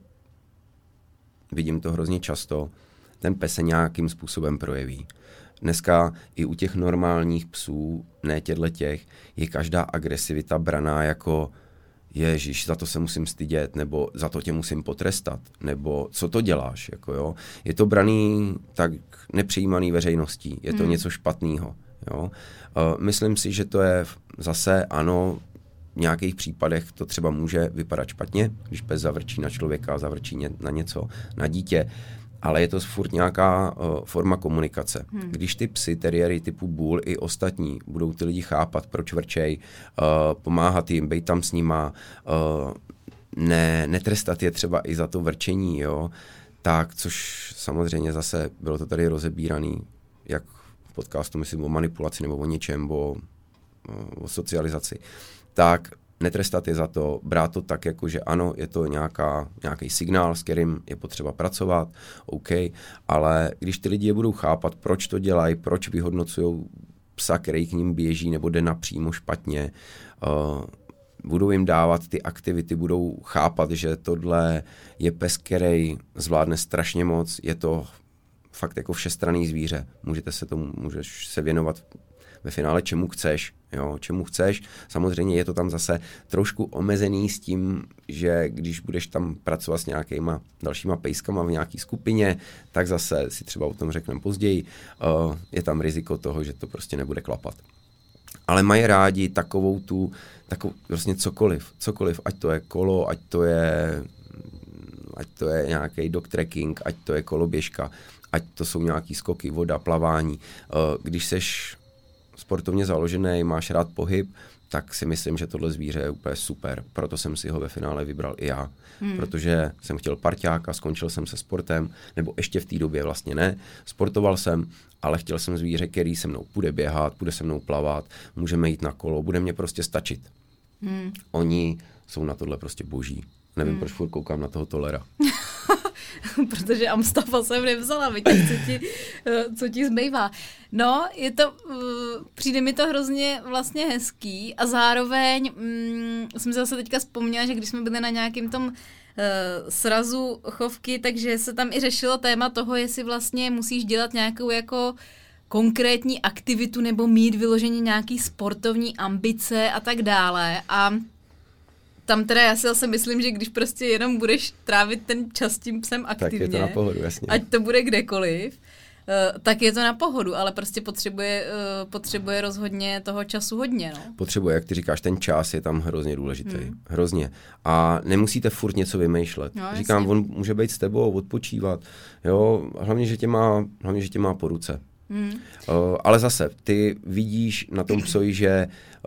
vidím to hrozně často, ten pes se nějakým způsobem projeví. Dneska i u těch normálních psů, ne těch, je každá agresivita braná jako ježiš, za to se musím stydět, nebo za to tě musím potrestat, nebo co to děláš, jako jo. Je to braný tak nepřijímaný veřejností, je to něco špatného, jo. Myslím si, že to je zase, ano, v nějakých případech to třeba může vypadat špatně, když pes zavrčí na člověka, zavrčí na něco, na dítě, ale je to furt nějaká forma komunikace. Když ty psy, teriéry typu bull i ostatní budou ty lidi chápat, proč vrčej, pomáhat jim, bejt tam s nima, netrestat je třeba i za to vrčení, jo, tak, což samozřejmě zase bylo to tady rozebíraný, jak v podcastu, myslím o manipulaci nebo o něčem, o socializaci, tak netrestat je za to, brát to tak, jako že ano, je to nějaký signál, s kterým je potřeba pracovat, OK, ale když ty lidi je budou chápat, proč to dělají, proč vyhodnocují psa, který k ním běží nebo jde napřímo špatně. Budou jim dávat ty aktivity, budou chápat, že tohle je pes, který zvládne strašně moc, je to fakt jako všestranný zvíře. Můžeš se věnovat ve finále čemu chceš, jo, čemu chceš. Samozřejmě je to tam zase trošku omezený s tím, že když budeš tam pracovat s nějakýma dalšíma pejskama v nějaký skupině, tak zase si třeba o tom řekneme později, je tam riziko toho, že to prostě nebude klapat. Ale mají rádi takovou vlastně cokoliv, ať to je kolo, ať to je nějaký dog trekking, ať to je koloběžka, ať to jsou nějaký skoky, voda, plavání. Když seš sportovně založený, máš rád pohyb, tak si myslím, že tohle zvíře je úplně super. Proto jsem si ho ve finále vybral i já. Protože jsem chtěl parťáka, skončil jsem se sportem, nebo ještě v té době vlastně ne. Sportoval jsem, ale chtěl jsem zvíře, který se mnou bude běhat, bude se mnou plavat, můžeme jít na kolo, bude mě prostě stačit. Oni jsou na tohle prostě boží. Nevím, proč furt koukám na toho Tolera. Protože Amstaffa jsem nevzala, vidíš, co ti zbývá. No, přijde mi to hrozně vlastně hezký a zároveň jsem se zase teďka vzpomněla, že když jsme byli na nějakém tom srazu chovky, takže se tam i řešilo téma toho, jestli vlastně musíš dělat nějakou jako konkrétní aktivitu nebo mít vyloženě nějaký sportovní ambice a tak dále. A tam teda já si zase myslím, že když prostě jenom budeš trávit ten čas tím psem aktivně, tak je to na pohodu, jasně. Ať to bude kdekoliv, tak je to na pohodu, ale prostě potřebuje rozhodně toho času hodně. No. Potřebuje, jak ty říkáš, ten čas je tam hrozně důležitý. Hrozně. A nemusíte furt něco vymýšlet. No, říkám, on může být s tebou, odpočívat. Jo, hlavně, že tě má po ruce. Ale zase, ty vidíš na tom psoji, že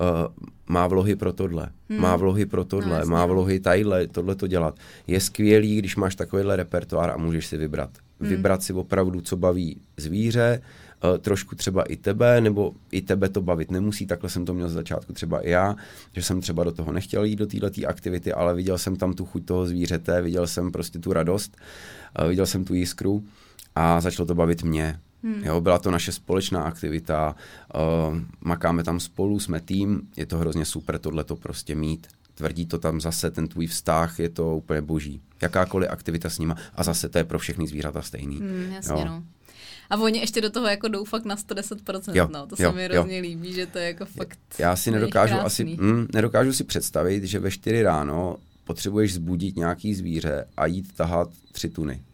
má vlohy pro tohle, má vlohy pro tohle, no, má vlohy tohle to dělat. Je skvělý, když máš takovýhle repertoár a můžeš si vybrat. Vybrat si opravdu, co baví zvíře, trošku třeba i tebe, nebo i tebe to bavit nemusí, takhle jsem to měl z začátku třeba i já, že jsem třeba do toho nechtěl jít do této aktivity, ale viděl jsem tam tu chuť toho zvířete, viděl jsem prostě tu radost, viděl jsem tu jiskru a začalo to bavit mě. Jo, byla to naše společná aktivita, makáme tam spolu, jsme tým, je to hrozně super tohleto prostě mít. Tvrdí to tam zase, ten tvůj vztah, je to úplně boží. Jakákoliv aktivita s nima a zase to je pro všechny zvířata stejný. Jasně, jo. No. A oni ještě do toho jako jdou fakt na 110%, jo, no, to se mi hrozně líbí, že to je jako fakt. Já si nedokážu si představit, že ve 4 ráno potřebuješ zbudit nějaký zvíře a jít tahat 3 tuny.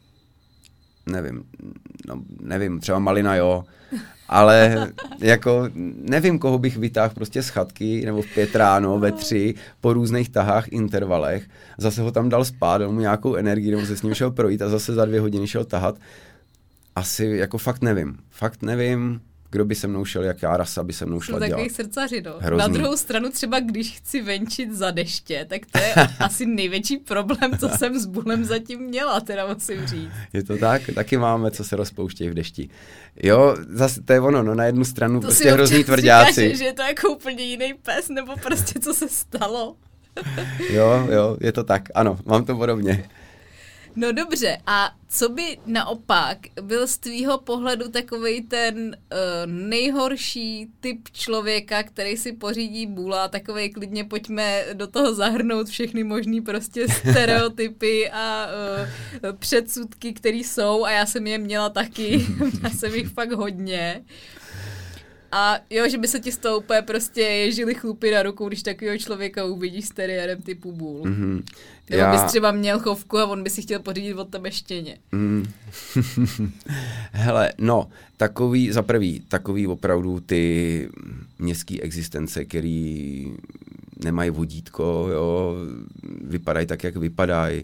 Nevím, třeba malina jo, ale jako nevím, koho bych vytáhl prostě z chatky, nebo v 5 ráno, ve 3, po různých tahách, intervalech, zase ho tam dal spát, dal mu nějakou energii, nebo se s ním šel projít a zase za 2 hodiny šel tahat. Asi jako fakt nevím, kdo by se mnou šel, jaká rasa by se mnou šla dělat. Takový srdcaři, no. Hrozný. Na druhou stranu třeba, když chci venčit za deště, tak to je asi největší problém, co jsem s Bulem zatím měla, teda musím říct. Je to tak? Taky máme, co se rozpouštějí v dešti. Jo, zase to je ono, no, na jednu stranu to prostě hrozný tvrďáci. Říkáš, že je to jako úplně jiný pes, nebo prostě co se stalo. Jo, je to tak, ano, mám to podobně. No dobře, a co by naopak byl z tvýho pohledu takovej ten nejhorší typ člověka, který si pořídí Bula, takovej klidně pojďme do toho zahrnout všechny možný prostě stereotypy a předsudky, které jsou a já jsem je měla taky, já jsem jich fakt hodně. A jo, že by se ti z toho úplně prostě ježili chlupy na ruku, když takového člověka uvidíš s teriérem typu Bull. Nebo bys třeba měl chovku a on by si chtěl pořídit od tebe štěně. Hele, no, takový opravdu ty městský existence, který nemají vodítko, jo, vypadají tak, jak vypadají.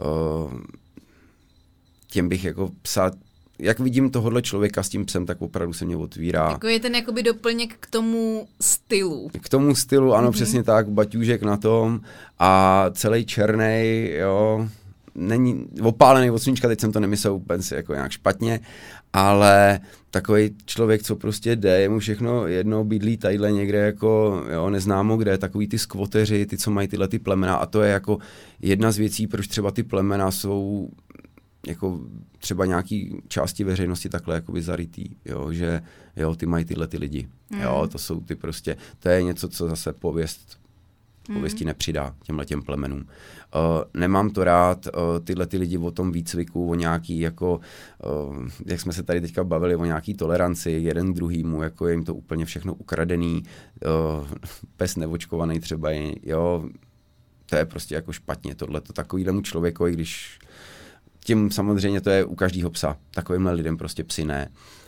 Těm bych jako psát, jak vidím tohohle člověka s tím psem, tak opravdu se mě otvírá. Jako je ten jakoby doplněk k tomu stylu. K tomu stylu, ano, přesně tak, baťůžek na tom a celý černej, jo, není opálený od sluníčka, teď jsem to nemyslel úplně si jako nějak špatně, ale takový člověk, co prostě jde, je mu všechno jedno, bydlí tadyhle někde jako, jo, neznámo kde, takový ty skvoteři, ty, co mají tyhle ty plemena a to je jako jedna z věcí, proč třeba ty plemena jsou jako třeba nějaký části veřejnosti takhle jakoby zarytý, jo, že jo, ty mají tyhle ty lidi. Jo, to jsou ty prostě, to je něco, co zase pověsti nepřidá těmhletěm plemenům. Nemám to rád, tyhle ty lidi o tom výcviku, o nějaký jako, jak jsme se tady teďka bavili, o nějaký toleranci jeden druhýmu, jako je jim to úplně všechno ukradený, pes neočkovaný třeba, jo, to je prostě jako špatně, tohleto takovýhlemu člověkovi, když tím samozřejmě to je u každého psa, takovýmhle lidem prostě psy ne.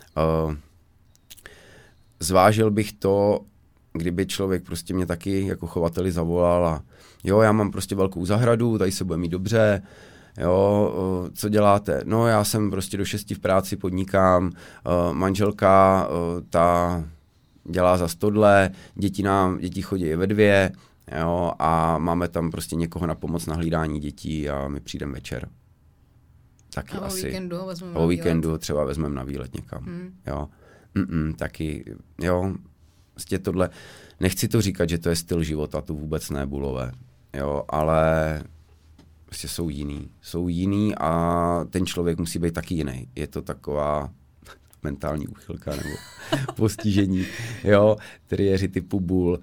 Zvážil bych to, kdyby člověk prostě mě taky jako chovateli zavolal a jo, já mám prostě velkou zahradu, tady se bude mít dobře, jo, co děláte? No, já jsem prostě do 6 v práci, podnikám, manželka, ta dělá za 100, děti chodí ve 2, jo, a máme tam prostě někoho na pomoc na hlídání dětí a my přijdeme večer. Taky a asi. O víkendu třeba vezmeme na výlet někam, jo. Taky, jo, vlastně tohle, nechci to říkat, že to je styl života, to vůbec ne, bulové, jo, ale prostě jsou jiný a ten člověk musí být taky jiný. Je to taková mentální úchylka nebo postižení, jo, teriéři typu bull,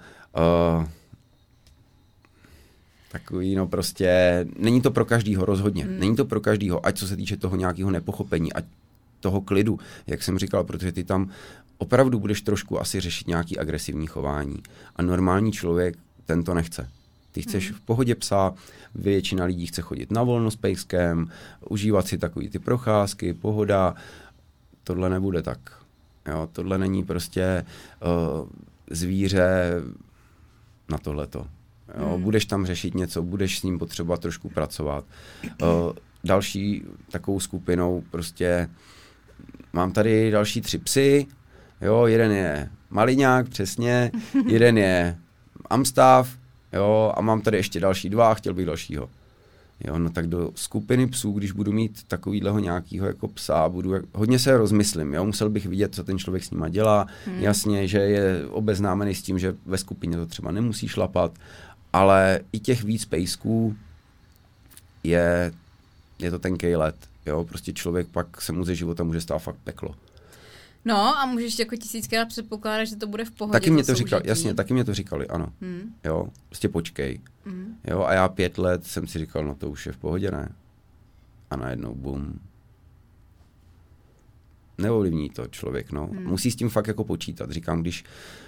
takový, no prostě, není to pro každýho rozhodně, není to pro každýho, ať co se týče toho nějakého nepochopení, ať toho klidu, jak jsem říkal, protože ty tam opravdu budeš trošku asi řešit nějaký agresivní chování. A normální člověk ten to nechce. Ty chceš v pohodě psa, většina lidí chce chodit na volno s pejskem, užívat si takový ty procházky, pohoda. Tohle nebude tak. Jo, tohle není prostě zvíře na tohleto. Jo, budeš tam řešit něco, budeš s ním potřebovat trošku pracovat. Další takovou skupinou prostě mám tady další 3 psy, jo, jeden je Maliňák, přesně, jeden je Amstaff, jo, a mám tady ještě další 2 a chtěl bych dalšího. Jo, no tak do skupiny psů, když budu mít takovýhleho nějakýho jako psa, hodně se rozmyslím, jo, musel bych vidět, co ten člověk s nima dělá, jasně, že je obeznámený s tím, že ve skupině to třeba nemusí šlapat, ale i těch víc pejsků je to tenkej led, jo, prostě člověk pak se mu ze života může stát fakt peklo. No a můžeš jako 1000krát předpokládat, že to bude v pohodě. Taky mě to říkali, jasně, taky mě to říkali, ano. Jo, prostě počkej. Jo, a já 5 let jsem si říkal, no to už je v pohodě, ne? A najednou bum. Neovlivní to člověk, no. Musí s tím fakt jako počítat. Říkám, když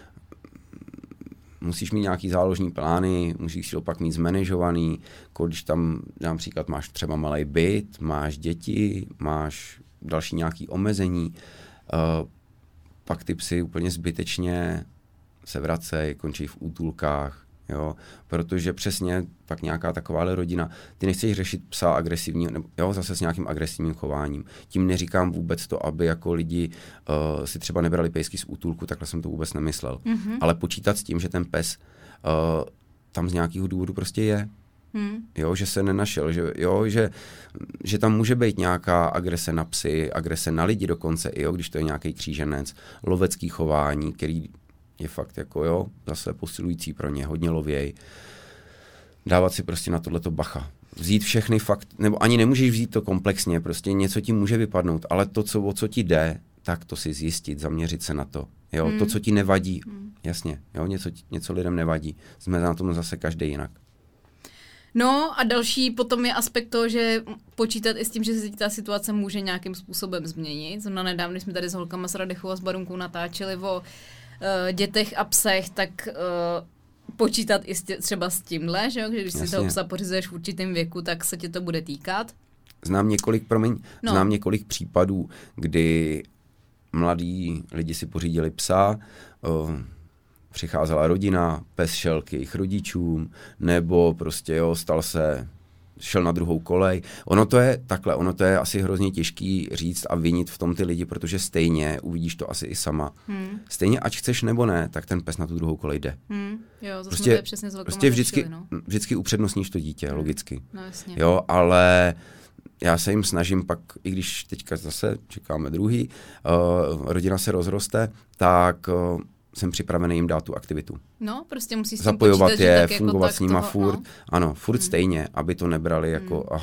musíš mít nějaký záložní plány, musíš si opak mít zmanéžovaný, když tam například máš třeba malej byt, máš děti, máš další nějaký omezení, pak ty psy úplně zbytečně se vracejí, končí v útulkách, jo, protože přesně pak nějaká takováhle rodina, ty nechceš řešit psa agresivního, jo, zase s nějakým agresivním chováním. Tím neříkám vůbec to, aby jako lidi si třeba nebrali pejsky z útulku, takhle jsem to vůbec nemyslel. Ale počítat s tím, že ten pes tam z nějakého důvodu prostě je. Jo, že se nenašel, že tam může být nějaká agrese na psy, agrese na lidi dokonce, jo, když to je nějaký kříženec, lovecký chování, který je fakt jako, jo, zase posilující pro ně, hodně lověj. Dávat si prostě na tohleto bacha. Vzít všechny fakt, nebo ani nemůžeš vzít to komplexně, prostě něco ti může vypadnout, ale to, o co ti jde, tak to si zjistit, zaměřit se na to. Jo, to, co ti nevadí, jasně, jo, něco lidem nevadí. Jsme na tom zase každý jinak. No a další potom je aspekt toho, že počítat i s tím, že se ta situace může nějakým způsobem změnit. Zrovna nedávno jsme tady s holkama s Radechou a s Barunkou natáčeli o dětech a psech, tak počítat i třeba s tímhle, že jo? Když si toho psa pořizuješ v určitém věku, tak se tě to bude týkat. Znám několik případů, kdy mladí lidi si pořídili psa, přicházela rodina, pes šel k jejich rodičům, nebo prostě šel na druhou kolej. Ono to je asi hrozně těžký říct a vinit v tom ty lidi, protože stejně, uvidíš to asi i sama, stejně ať chceš nebo ne, tak ten pes na tu druhou kolej jde. Jo, prostě vždycky upřednostníš to dítě, logicky. No, jasně. Jo, ale já se jim snažím pak, i když teďka zase čekáme druhý, rodina se rozroste, tak jsem připravený jim dát tu aktivitu. No, prostě musíš zapojovat počítat, je, tak fungovat jako s nima toho, furt. No. Ano, furt stejně, aby to nebrali jako, aha,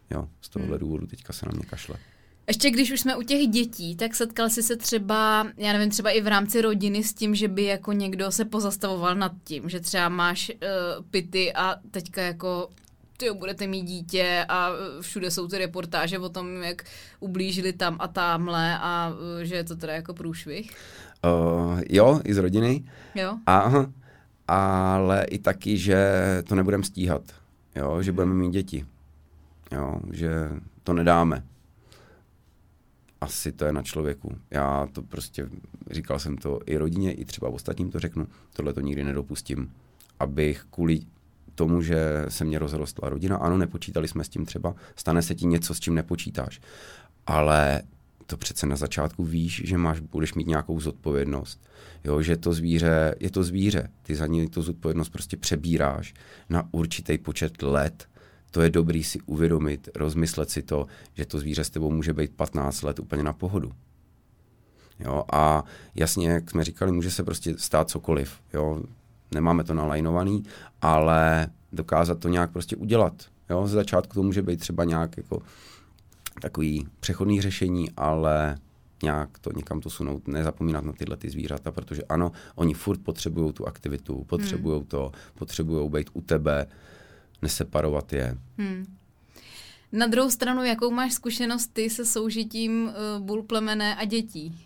jo, z tohohle důvodu teďka se na mě kašle. Ještě když už jsme u těch dětí, tak setkal jsi se třeba, já nevím, třeba i v rámci rodiny s tím, že by jako někdo se pozastavoval nad tím, že třeba máš pity a teďka jako tyjo, budete mít dítě a všude jsou ty reportáže o tom, jak ublížili tam a támhle a že je to teda jako průšvih. Jo, i z rodiny. Jo. Ale i taky, že to nebudeme stíhat. Jo, že budeme mít děti. Jo, že to nedáme. Asi to je na člověku. Já to prostě, říkal jsem to i rodině, i třeba ostatním to řeknu, tohle to nikdy nedopustím, abych kvůli tomu, že se mě rozrostla rodina, ano, nepočítali jsme s tím třeba, stane se ti něco, s čím nepočítáš, ale to přece na začátku víš, že budeš mít nějakou zodpovědnost, jo, že to zvíře, je to zvíře, ty za něj tu zodpovědnost prostě přebíráš na určitý počet let. To je dobrý si uvědomit, rozmyslet si to, že to zvíře s tebou může být 15 let úplně na pohodu. Jo, a jasně, jak jsme říkali, může se prostě stát cokoliv. Jo. Nemáme to nalajnovaný, ale dokázat to nějak prostě udělat. Jo. Z začátku to může být třeba nějak jako takový přechodný řešení, ale nějak to někam to sunout, nezapomínat na tyhle ty zvířata, protože ano, oni furt potřebují tu aktivitu, potřebují být u tebe, neseparovat je. Na druhou stranu, jakou máš zkušenost ty se soužitím bul plemene a dětí?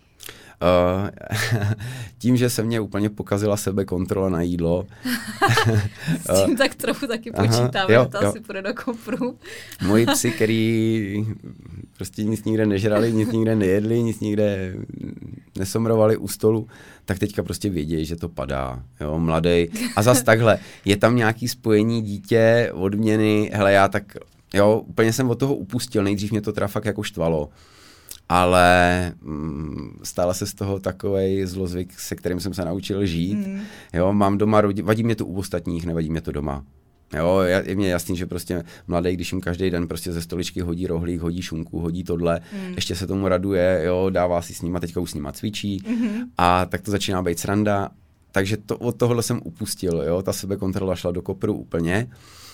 Tím, že se mě úplně pokazila sebekontrola na jídlo. S tím tak trochu taky počítáme, to asi půjde do kopru. Moji psi, který prostě nic nikde nežrali, nic nikde nejedli, nic nikde nesomrovali u stolu, tak teďka prostě vědějí, že to padá, jo, mladej. A zas takhle, je tam nějaký spojení dítě, odměny, hele, já tak, jo, úplně jsem od toho upustil, nejdřív mě to teda fakt jako štvalo. Ale stala se z toho takovej zlozvyk, se kterým jsem se naučil žít. Jo, mám doma vadí mě to u ostatních, nevadí mě to doma. Jo, je mě jasný, že prostě mladý, když jim každý den prostě ze stoličky hodí rohlík, hodí šunku, hodí tohle, ještě se tomu raduje, jo, dává si s nima, teďka už s nima cvičí a tak to začíná být sranda. Takže od tohohle jsem upustil, jo, ta sebekontrola šla do kopru úplně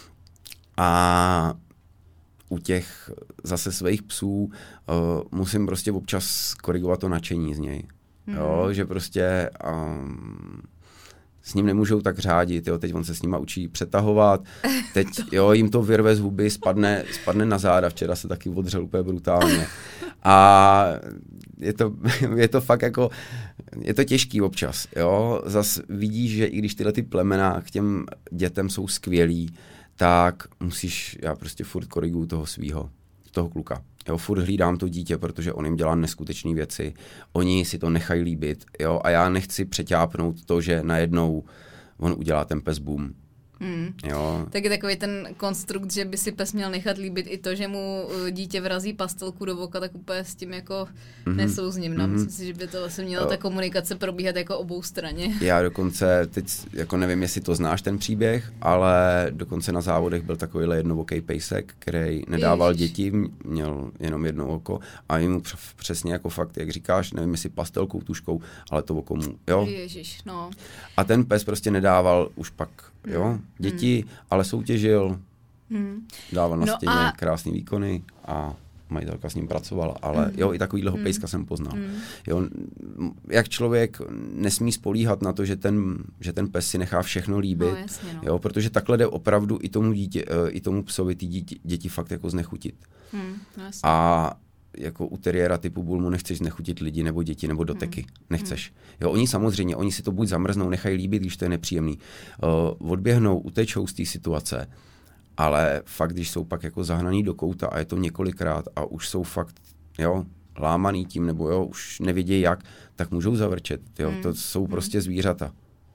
a u těch zase svých psů musím prostě občas korigovat to nadšení z něj. Jo, že prostě s ním nemůžou tak řádit, jo, teď on se s nima učí přetahovat, teď jo, jim to vyrve z huby, spadne na záda, včera se taky odřel úplně brutálně. A je to fakt jako, je to těžký občas, jo, zas vidíš, že i když tyhle ty plemena k těm dětem jsou skvělý, tak já prostě furt koriguju toho kluka. Jo, furt hlídám to dítě, protože on jim dělá neskutečné věci. Oni si to nechají líbit, jo, a já nechci přeťápnout to, že najednou on udělá ten pes boom. Jo. Tak je takový ten konstrukt, že by si pes měl nechat líbit i to, že mu dítě vrazí pastelku do boka, tak úplně s tím jako nesouzním. Myslím si, že by to vlastně měla ta komunikace probíhat jako obou straně. Já dokonce, teď jako nevím, jestli to znáš ten příběh, ale dokonce na závodech byl takovýhle jednoboký pejsek, který nedával děti, měl jenom jedno oko a jim přesně jako fakt, jak říkáš, nevím, jestli pastelkou, tuškou, ale to oko mu, jo. Ježiš, no. A ten pes prostě nedával už pak, jo, děti, ale soutěžil, dával na stěně krásný výkony a majitelka s ním pracovala, ale jo, i takovýhleho pejska jsem poznal. Jo, jak člověk nesmí spolíhat na to, že ten pes si nechá všechno líbit, no, jasně, no. Jo, protože takhle jde opravdu i tomu psovi ty děti fakt jako znechutit. No, a jako u teriéra typu bull mu nechceš znechutit lidi nebo děti nebo doteky. Nechceš. Jo, oni si to buď zamrznou, nechají líbit, když to je nepříjemný. Odběhnou, utečou z té situace, ale fakt, když jsou pak jako zahnaný do kouta a je to několikrát a už jsou fakt, jo, lámaný tím, nebo jo, už nevědějí jak, tak můžou zavrčet. Jo, to jsou prostě zvířata.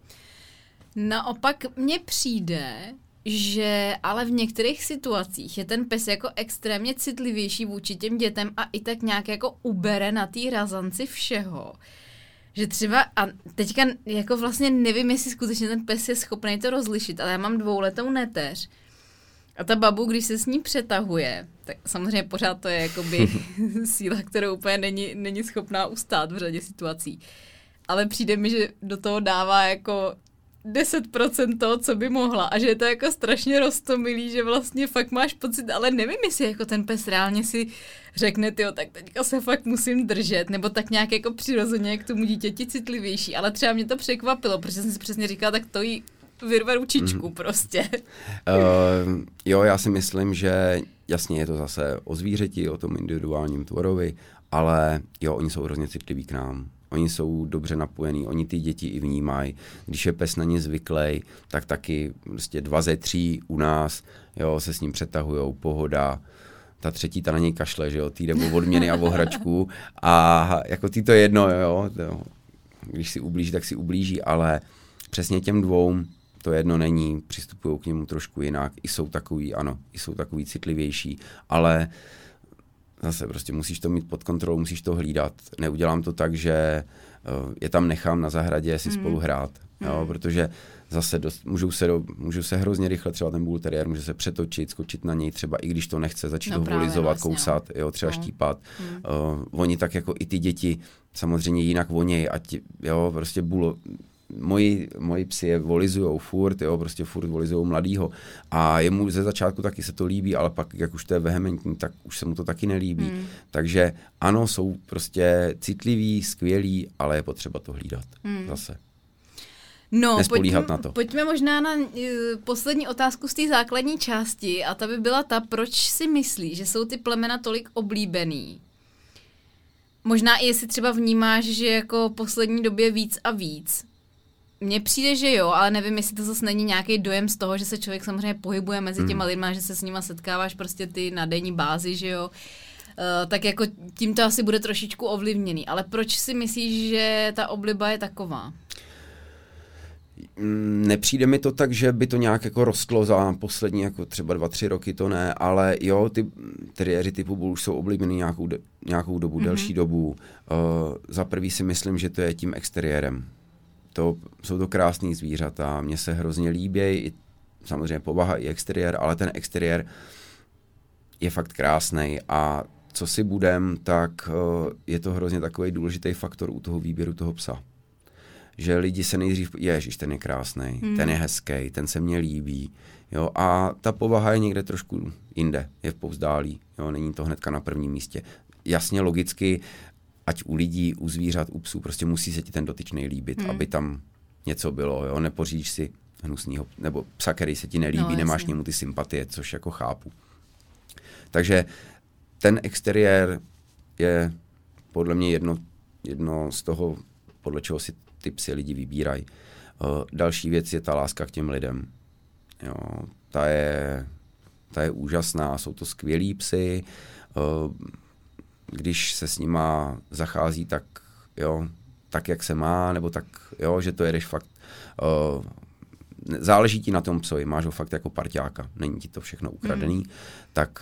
Naopak mně přijde, že ale v některých situacích je ten pes jako extrémně citlivější vůči těm dětem a i tak nějak jako ubere na té razanci všeho. Že třeba, a teďka jako vlastně nevím, jestli skutečně ten pes je schopný to rozlišit, ale já mám 2letou neteř a ta babu, když se s ní přetahuje, tak samozřejmě pořád to je jakoby síla, kterou úplně není schopná ustát v řadě situací. Ale přijde mi, že do toho dává jako 10% toho, co by mohla a že je to jako strašně roztomilý, že vlastně fakt máš pocit, ale nevím, jestli jako ten pes reálně si řekne, tyjo, tak teďka se fakt musím držet, nebo tak nějak jako přirozeně k tomu dítěti citlivější, ale třeba mě to překvapilo, protože jsem si přesně říkala, tak to jí vyrve ručičku prostě. Jo, já si myslím, že jasně je to zase o zvířeti, o tom individuálním tvorovi, ale jo, oni jsou hrozně citliví k nám. Oni jsou dobře napojení, oni ty děti i vnímají. Když je pes na ně zvyklý, tak taky prostě 2 ze 3 u nás, jo, se s ním přetahujou, pohoda. Ta třetí, ta na něj kašle, že jo, tý jde o odměny a o hračku a jako ty to je jedno, jo, když si ublíží, tak si ublíží, ale přesně těm 2 to jedno není, přistupují k němu trošku jinak, i jsou takový, ano, i jsou takový citlivější, ale zase prostě musíš to mít pod kontrolou, musíš to hlídat. Neudělám to tak, že je tam nechám na zahradě si spolu hrát, jo, protože zase můžou se hrozně rychle, třeba ten bull terrier může se přetočit, skočit na něj, třeba i když to nechce, začít ho volizovat, vlastně, kousat, jo, třeba štípat. Oni tak jako i ty děti samozřejmě jinak vonějí, jo, prostě moji psi je volizujou furt, jo, prostě furt volizujou mladýho a jemu ze začátku taky se to líbí, ale pak, jak už to je vehementní, tak už se mu to taky nelíbí. Takže ano, jsou prostě citliví, skvělí, ale je potřeba to hlídat zase. No, nespolíhat na to. Pojďme možná na poslední otázku z té základní části a ta by byla ta, proč si myslíš, že jsou ty plemena tolik oblíbený? Možná i jestli třeba vnímáš, že jako poslední době víc a víc. Mně přijde, že jo, ale nevím, jestli to zase není nějaký dojem z toho, že se člověk samozřejmě pohybuje mezi těma lidma, že se s nima setkáváš prostě ty na denní bázi, že jo. Tak jako tím to asi bude trošičku ovlivněný. Ale proč si myslíš, že ta obliba je taková? Nepřijde mi to tak, že by to nějak jako rostlo za poslední jako třeba 2-3 roky, to ne, ale jo, ty teriéři typu bull už jsou oblíbený nějakou dobu, delší dobu. Za prvý si myslím, že to je tím exteriérem. Jsou to krásný zvířata, mně se hrozně líbějí, samozřejmě povaha i exteriér, ale ten exteriér je fakt krásnej a co si budem, tak je to hrozně takový důležitý faktor u toho výběru toho psa. Že lidi se nejdřív, ježiš, ten je krásnej, ten je hezký, ten se mně líbí, jo, a ta povaha je někde trošku jinde, je v povzdálí, jo, není to hnedka na prvním místě. Jasně, logicky, ať u lidí, u zvířat, u psů, prostě musí se ti ten dotyčnej líbit, aby tam něco bylo, jo, nepořídíš si hnusnýho, nebo psa, který se ti nelíbí, nemáš němu ty sympatie, což jako chápu. Takže ten exteriér je podle mě jedno z toho, podle čeho si ty psy lidi vybírají. Další věc je ta láska k těm lidem. Jo, ta je úžasná, jsou to skvělí psy, když se s nima zachází tak, jo, tak, jak se má, nebo tak, jo, že to jedeš fakt, záleží ti na tom psovi, máš ho fakt jako parťáka, není ti to všechno ukradený, tak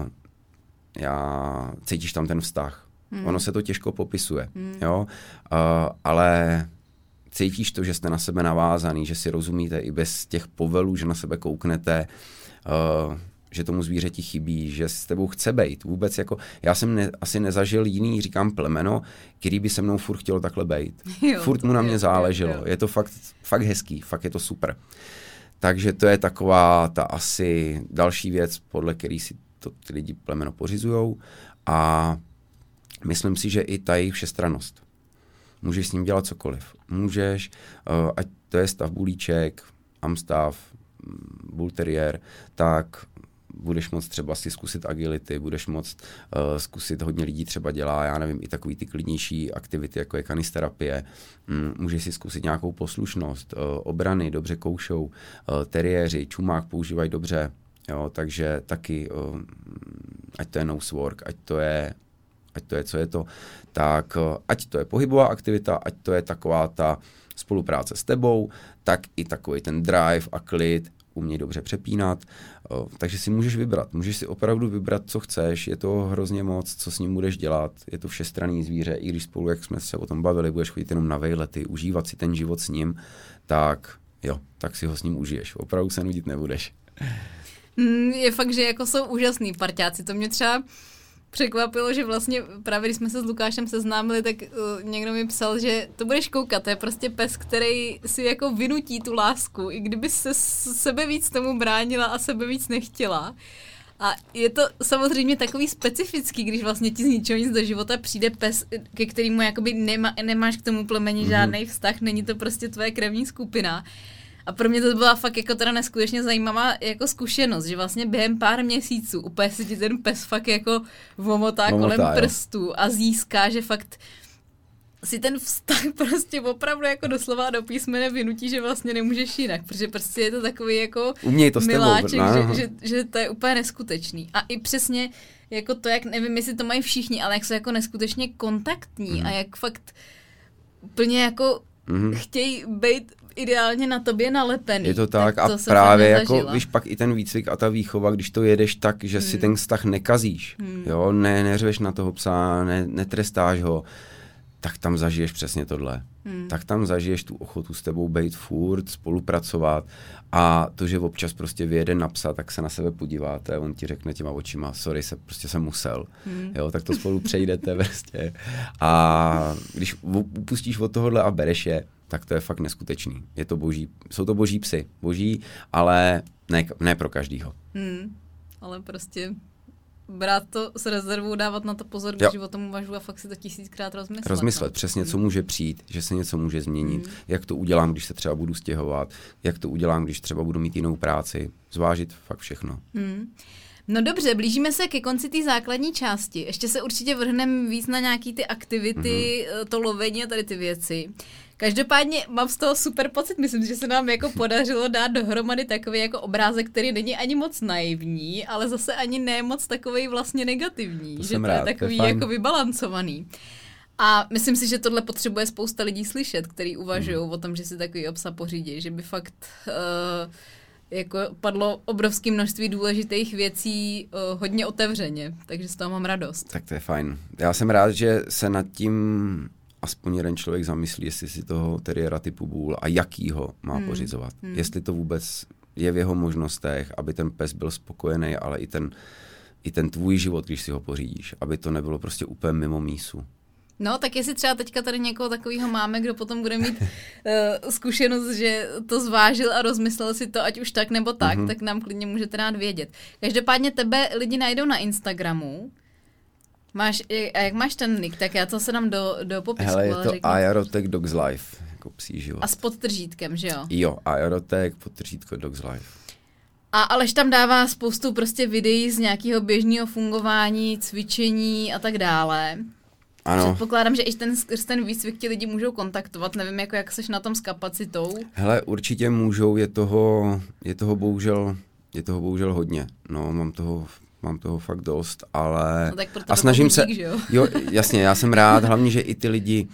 cítíš tam ten vztah. Ono se to těžko popisuje, jo, ale cítíš to, že jste na sebe navázaný, že si rozumíte i bez těch povelů, že na sebe kouknete, že tomu zvířeti chybí, že s tebou chce bejt. Vůbec jako, já jsem asi nezažil jiný, říkám, plemeno, který by se mnou furt chtělo takhle bejt. Furt mu na mě záleželo. Jo. Je to fakt hezký, fakt je to super. Takže to je taková ta asi další věc, podle který si to ty lidi plemeno pořizujou. A myslím si, že i ta jejich všestrannost. Můžeš s ním dělat cokoliv. Můžeš, ať to je stav bulíček, amstav, bull terrier, tak budeš moct třeba si zkusit agility, budeš moct zkusit, hodně lidí třeba dělá, já nevím, i takový ty klidnější aktivity, jako je kanisterapie. Můžeš si zkusit nějakou poslušnost, obrany, dobře koušou, teriéři, čumák používají dobře, jo, takže taky, ať to je nose work, ať to je, co je to, tak ať to je pohybová aktivita, ať to je taková ta spolupráce s tebou, tak i takový ten drive a klid, uměj dobře přepínat, takže si můžeš si opravdu vybrat, co chceš, je to hrozně moc, co s ním budeš dělat, je to všestranný zvíře, i když spolu, jak jsme se o tom bavili, budeš chodit jenom na vejlety, užívat si ten život s ním, tak jo, tak si ho s ním užiješ, opravdu se nudit nebudeš. Je fakt, že jako jsou úžasný parťáci, to mě třeba překvapilo, že vlastně právě když jsme se s Lukášem seznámili, tak někdo mi psal, že to budeš koukat, to je prostě pes, který si jako vynutí tu lásku, i kdyby se sebe víc tomu bránila a sebe víc nechtěla. A je to samozřejmě takový specifický, když vlastně ti z ničeho nic do života přijde pes, ke kterému jakoby nemáš k tomu plemeni žádný vztah, není to prostě tvoje krevní skupina. A pro mě to byla fakt jako teda neskutečně zajímavá jako zkušenost, že vlastně během pár měsíců úplně si ti ten pes fakt jako vomotá kolem prstů a získá, že fakt si ten vztah prostě opravdu jako doslova do písmene vynutí, že vlastně nemůžeš jinak, protože prostě je to takový jako to miláček, že to je úplně neskutečný. A i přesně jako to, jak nevím, jestli to mají všichni, ale jak jsou jako neskutečně kontaktní a jak fakt úplně jako chtějí být ideálně na tobě nalepený. Je to tak a právě jako, víš, pak i ten výcvik a ta výchova, když to jedeš tak, že si ten vztah nekazíš, jo, neřveš na toho psa, netrestáš ho, tak tam zažiješ přesně tohle. Tak tam zažiješ tu ochotu s tebou bejt furt, spolupracovat a to, že občas prostě vyjede na psa, tak se na sebe podíváte, on ti řekne těma očima, sorry, prostě jsem musel. Jo, tak to spolu přejdete prostě. A když upustíš od tohohle a bereš je, tak to je fakt neskutečný. Je to boží, jsou to boží psy. Boží, ale ne pro každýho. Ale prostě brát to s rezervou, dávat na to pozor, když o tom uvažuji a fakt si to 1000krát rozmyslet. Rozmyslet, přesně, co může přijít, že se něco může změnit, jak to udělám, když se třeba budu stěhovat, jak to udělám, když třeba budu mít jinou práci. Zvážit fakt všechno. No dobře, blížíme se ke konci té základní části. Ještě se určitě vrhneme víc na nějaký ty aktivity, to lovení a tady ty věci. Každopádně mám z toho super pocit, myslím, že se nám jako podařilo dát dohromady takový jako obrázek, který není ani moc naivní, ale zase ani ne moc takovej vlastně negativní, že to je takový jako vybalancovaný. A myslím si, že tohle potřebuje spousta lidí slyšet, který uvažují o tom, že si takový psa pořídí, že by fakt jako padlo obrovské množství důležitých věcí hodně otevřeně, takže z toho mám radost. Tak to je fajn. Já jsem rád, že se nad tím aspoň jeden člověk zamyslí, jestli si toho teriéra typu Bull a jakýho má pořizovat. Jestli to vůbec je v jeho možnostech, aby ten pes byl spokojený, ale i ten tvůj život, když si ho pořídíš, aby to nebylo prostě úplně mimo mísu. No, tak jestli třeba teďka tady někoho takového máme, kdo potom bude mít zkušenost, že to zvážil a rozmyslel si to, ať už tak nebo tak, tak nám klidně můžete dát vědět. Každopádně tebe lidi najdou na Instagramu. A jak máš ten nick, tak já to se dám do popisku. Hele, je to Aerotek Dogs Life, jako psí život. A s podtržítkem, že jo? Jo, Aerotek, podtržítko Dogs Life. A Aleš tam dává spoustu prostě videí z nějakého běžného fungování, cvičení a tak dále. Ano. Předpokládám, že i ten výcvik ti lidi můžou kontaktovat, nevím, jak seš na tom s kapacitou. Hele, určitě můžou, je toho bohužel hodně. No, mám toho fakt dost, ale no, tak a snažím se, dík, že jo? Jo, jasně, já jsem rád, hlavně, že i ty lidi,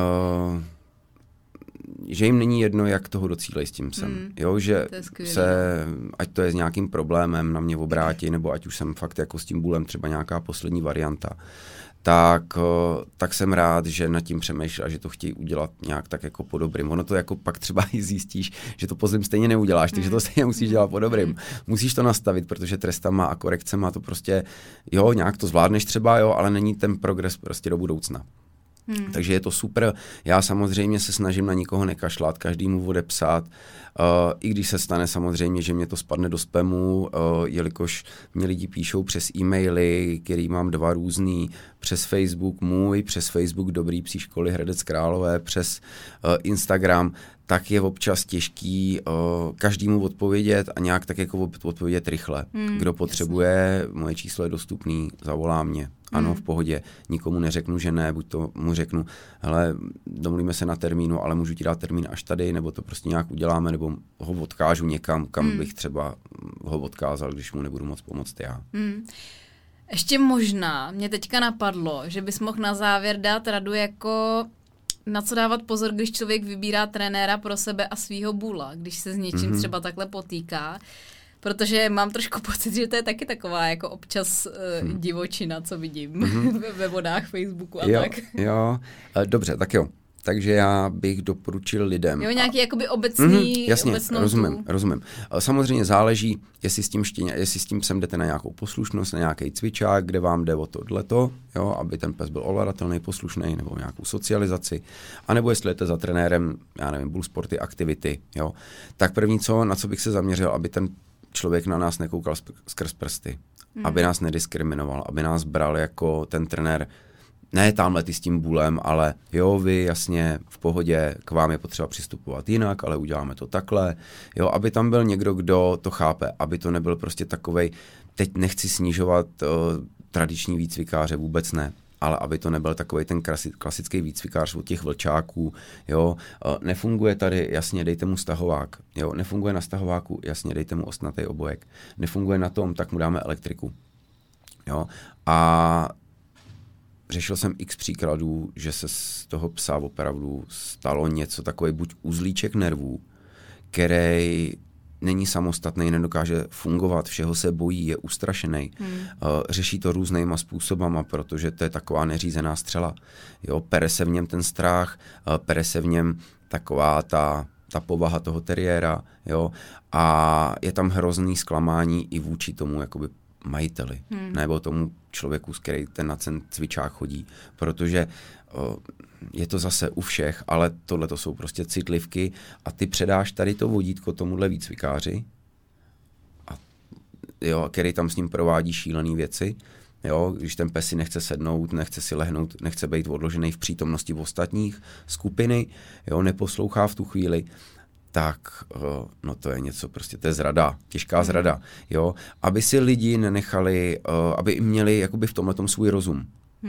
že jim není jedno, jak toho docílej s tím psem, jo, že se, ať to je s nějakým problémem, na mě obrátí, nebo ať už jsem fakt jako s tím Bullem třeba nějaká poslední varianta, tak jsem rád, že nad tím přemýšlel a že to chtějí udělat nějak tak jako po dobrým. Ono to jako pak třeba i zjistíš, že to po zlým stejně neuděláš, takže to stejně musíš dělat po dobrým. Musíš to nastavit, protože trestama a korekcema to prostě, jo, nějak to zvládneš třeba, jo, ale není ten progres prostě do budoucna. Takže je to super. Já samozřejmě se snažím na nikoho nekašlat, každému odepsat, i když se stane samozřejmě, že mě to spadne do spamu, jelikož mě lidi píšou přes e-maily, který mám 2 různý, přes Facebook můj, přes Facebook Dobrý psí školy Hradec Králové, přes Instagram, tak je občas těžký každému odpovědět a nějak tak jako odpovědět rychle. Kdo potřebuje, moje číslo je dostupný, zavolá mě. Ano, v pohodě. Nikomu neřeknu, že ne, buď to mu řeknu, hele, domluvíme se na termínu, ale můžu ti dát termín až tady, nebo to prostě nějak uděláme, nebo ho odkážu někam, kam bych třeba ho odkázal, když mu nebudu moc pomoct já. Ještě možná, mě teďka napadlo, že bys mohl na závěr dát radu jako na co dávat pozor, když člověk vybírá trenéra pro sebe a svýho Bulla, když se s něčím třeba takhle potýká. Protože mám trošku pocit, že to je taky taková jako občas divočina, co vidím ve vodách Facebooku a jo, tak. Jo, dobře, tak jo. takže já bych doporučil lidem. Jo, nějaký jakoby obecný... Jasně, rozumím. Samozřejmě záleží, jestli s tím psem jdete na nějakou poslušnost, na nějaký cvičák, kde vám jde o tohleto, jo, aby ten pes byl ovladatelný, poslušný, nebo nějakou socializaci, anebo jestli jdete za trenérem, já nevím, bull sporty, aktivity, jo. Tak první na co bych se zaměřil, aby ten člověk na nás nekoukal skrz prsty, aby nás nediskriminoval, aby nás bral jako ten trenér, ne tamhle ty s tím bulem, ale jo, vy jasně v pohodě, k vám je potřeba přistupovat jinak, ale uděláme to takhle, jo, aby tam byl někdo, kdo to chápe, aby to nebyl prostě takovej, teď nechci snižovat tradiční výcvikáře, vůbec ne, ale aby to nebyl takovej ten klasický výcvikář od těch vlčáků, jo, nefunguje tady, jasně, dejte mu stahovák, jo, nefunguje na stahováku, jasně, dejte mu ostnatý obojek, nefunguje na tom, tak mu dáme elektriku, jo, a řešil jsem x příkladů, že se z toho psa opravdu stalo něco takový buď uzlíček nervů, který není samostatný, nedokáže fungovat, všeho se bojí, je ustrašený. Řeší to různýma způsobama, protože to je taková neřízená střela. Jo, pere se v něm ten strach, pere se v něm taková ta povaha toho teriéra, jo, a je tam hrozný zklamání i vůči tomu jakoby majiteli, nebo tomu člověku, s který ten na ten cvičák chodí, protože je to zase u všech, ale tohle to jsou prostě citlivky a ty předáš tady to vodítko tomuhle výcvikáři, který tam s ním provádí šílený věci, jo, když ten pes si nechce sednout, nechce si lehnout, nechce být odložený v přítomnosti v ostatních skupiny, jo, neposlouchá v tu chvíli, tak no to je něco prostě, to je zrada, těžká zrada, jo, aby si lidi nenechali, aby měli jakoby v tomhletom svůj rozum.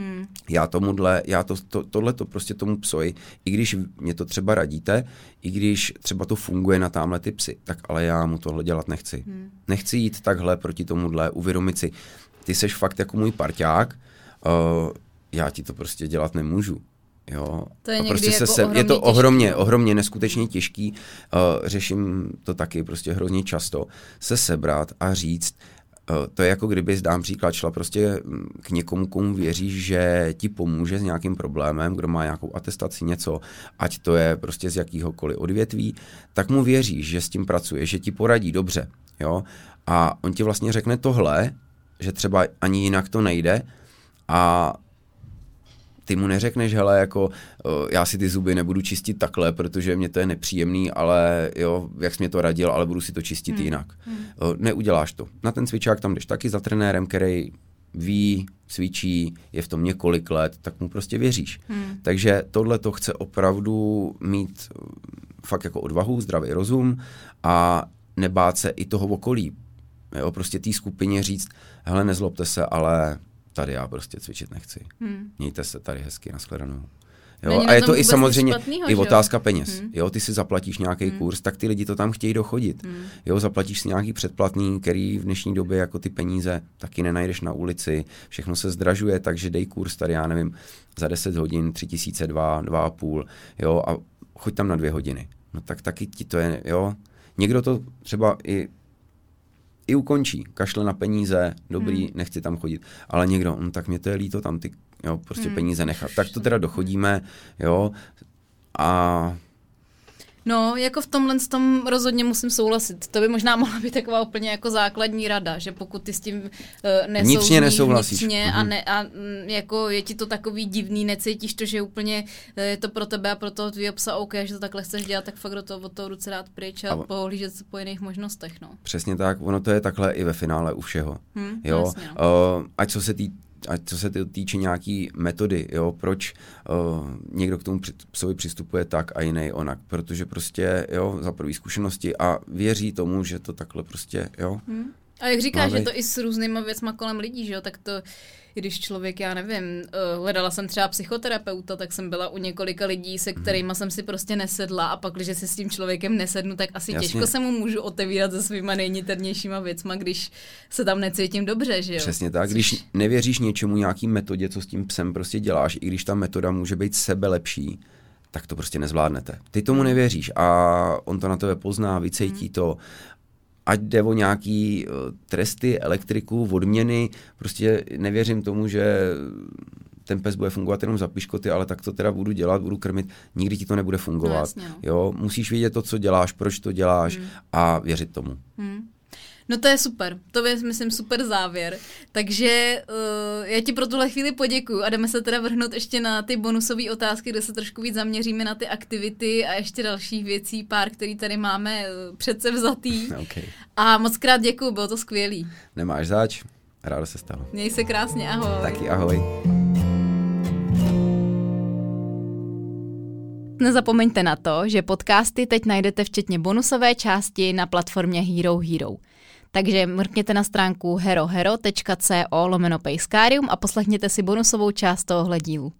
Tohleto prostě tomu psoji, i když mě to třeba radíte, i když třeba to funguje na támhle ty psy, tak ale já mu tohle dělat nechci. Nechci jít takhle proti tomuhle, uvědomit si, ty seš fakt jako můj parťák, já ti to prostě dělat nemůžu. Jo. To je a prostě jako je to ohromně neskutečně těžký, řeším to taky prostě hrozně často, se sebrat a říct, to je jako kdyby, dám příklad, šla prostě k někomu, komu věříš, že ti pomůže s nějakým problémem, kdo má nějakou atestaci, něco, ať to je prostě z jakýhokoliv odvětví, tak mu věříš, že s tím pracuje, že ti poradí dobře, jo, a on ti vlastně řekne tohle, že třeba ani jinak to nejde a ty mu neřekneš, hele, jako já si ty zuby nebudu čistit takhle, protože mě to je nepříjemný, ale jo, jak jsi mě to radil, ale budu si to čistit jinak. Neuděláš to. Na ten cvičák tam jdeš taky za trenérem, který ví, cvičí, je v tom několik let, tak mu prostě věříš. Takže tohle to chce opravdu mít fakt jako odvahu, zdravý rozum a nebát se i toho okolí. Jo, prostě té skupině říct, hele, nezlobte se, ale tady já prostě cvičit nechci. Mějte se tady hezky, nashledanou. Jo, a je to i samozřejmě i otázka peněz. Jo, ty si zaplatíš nějaký kurz, tak ty lidi to tam chtějí dochodit. Jo, zaplatíš si nějaký předplatný, který v dnešní době jako ty peníze taky nenajdeš na ulici. Všechno se zdražuje, takže dej kurz tady, já nevím, za 10 hodin 3002, 2,5, jo, a choď tam na 2 hodiny. No tak taky ti to je, jo. Někdo to třeba i ukončí, kašle na peníze, dobrý, nechci tam chodit, ale někdo, tak mě to je líto tam ty, jo, prostě peníze nechat. Tak to teda dochodíme, jo, a... No, jako v tomhle tom rozhodně musím souhlasit. To by možná mohla být taková úplně jako základní rada, že pokud ty s tím nesouhlasíš a jako je ti to takový divný, necítíš to, že úplně je to pro tebe a pro toho tvýho psa OK, že to takhle chceš dělat, tak fakt od toho ruce dát pryč a pohlížet se po jiných možnostech, no. Přesně tak, ono to je takhle i ve finále u všeho. Jo, jasně, ať co se týče nějaký metody, jo, proč někdo k tomu psovi přistupuje tak a jiný onak, protože prostě, jo, za první zkušenosti a věří tomu, že to takhle prostě, jo. A jak říkáš, že to i s různýma věcma kolem lidí, že jo, tak to, když člověk, já nevím, hledala jsem třeba psychoterapeuta, tak jsem byla u několika lidí, se kterýma jsem si prostě nesedla a pak, když se s tím člověkem nesednu, tak asi těžko se mu můžu otevírat se svýma nejniternějšíma věcma, když se tam necítím dobře, že jo. Přesně tak, když nevěříš něčemu, nějaký metodě, co s tím psem prostě děláš, i když ta metoda může být sebelepší, tak to prostě nezvládnete. Ty tomu nevěříš a on to na tebe pozná, vycítí to. Ať jde o nějaký tresty, elektriku, odměny, prostě nevěřím tomu, že ten pes bude fungovat jenom za piškoty, ale tak to teda budu dělat, budu krmit, nikdy ti to nebude fungovat. No, jasně, no. Jo, musíš vědět to, co děláš, proč to děláš a věřit tomu. No to je super, to je, myslím, super závěr. Takže já ti pro tuhle chvíli poděkuju a jdeme se teda vrhnout ještě na ty bonusové otázky, kde se trošku víc zaměříme na ty aktivity a ještě dalších věcí, pár, který tady máme předsevzatý. Okay. A moc krát děkuju, bylo to skvělý. Nemáš zač, rádo se stalo. Měj se krásně, ahoj. Taky ahoj. Nezapomeňte na to, že podcasty teď najdete včetně bonusové části na platformě Hero Hero. Takže mrkněte na stránku herohero.co/pejskarium a poslechněte si bonusovou část tohohle dílu.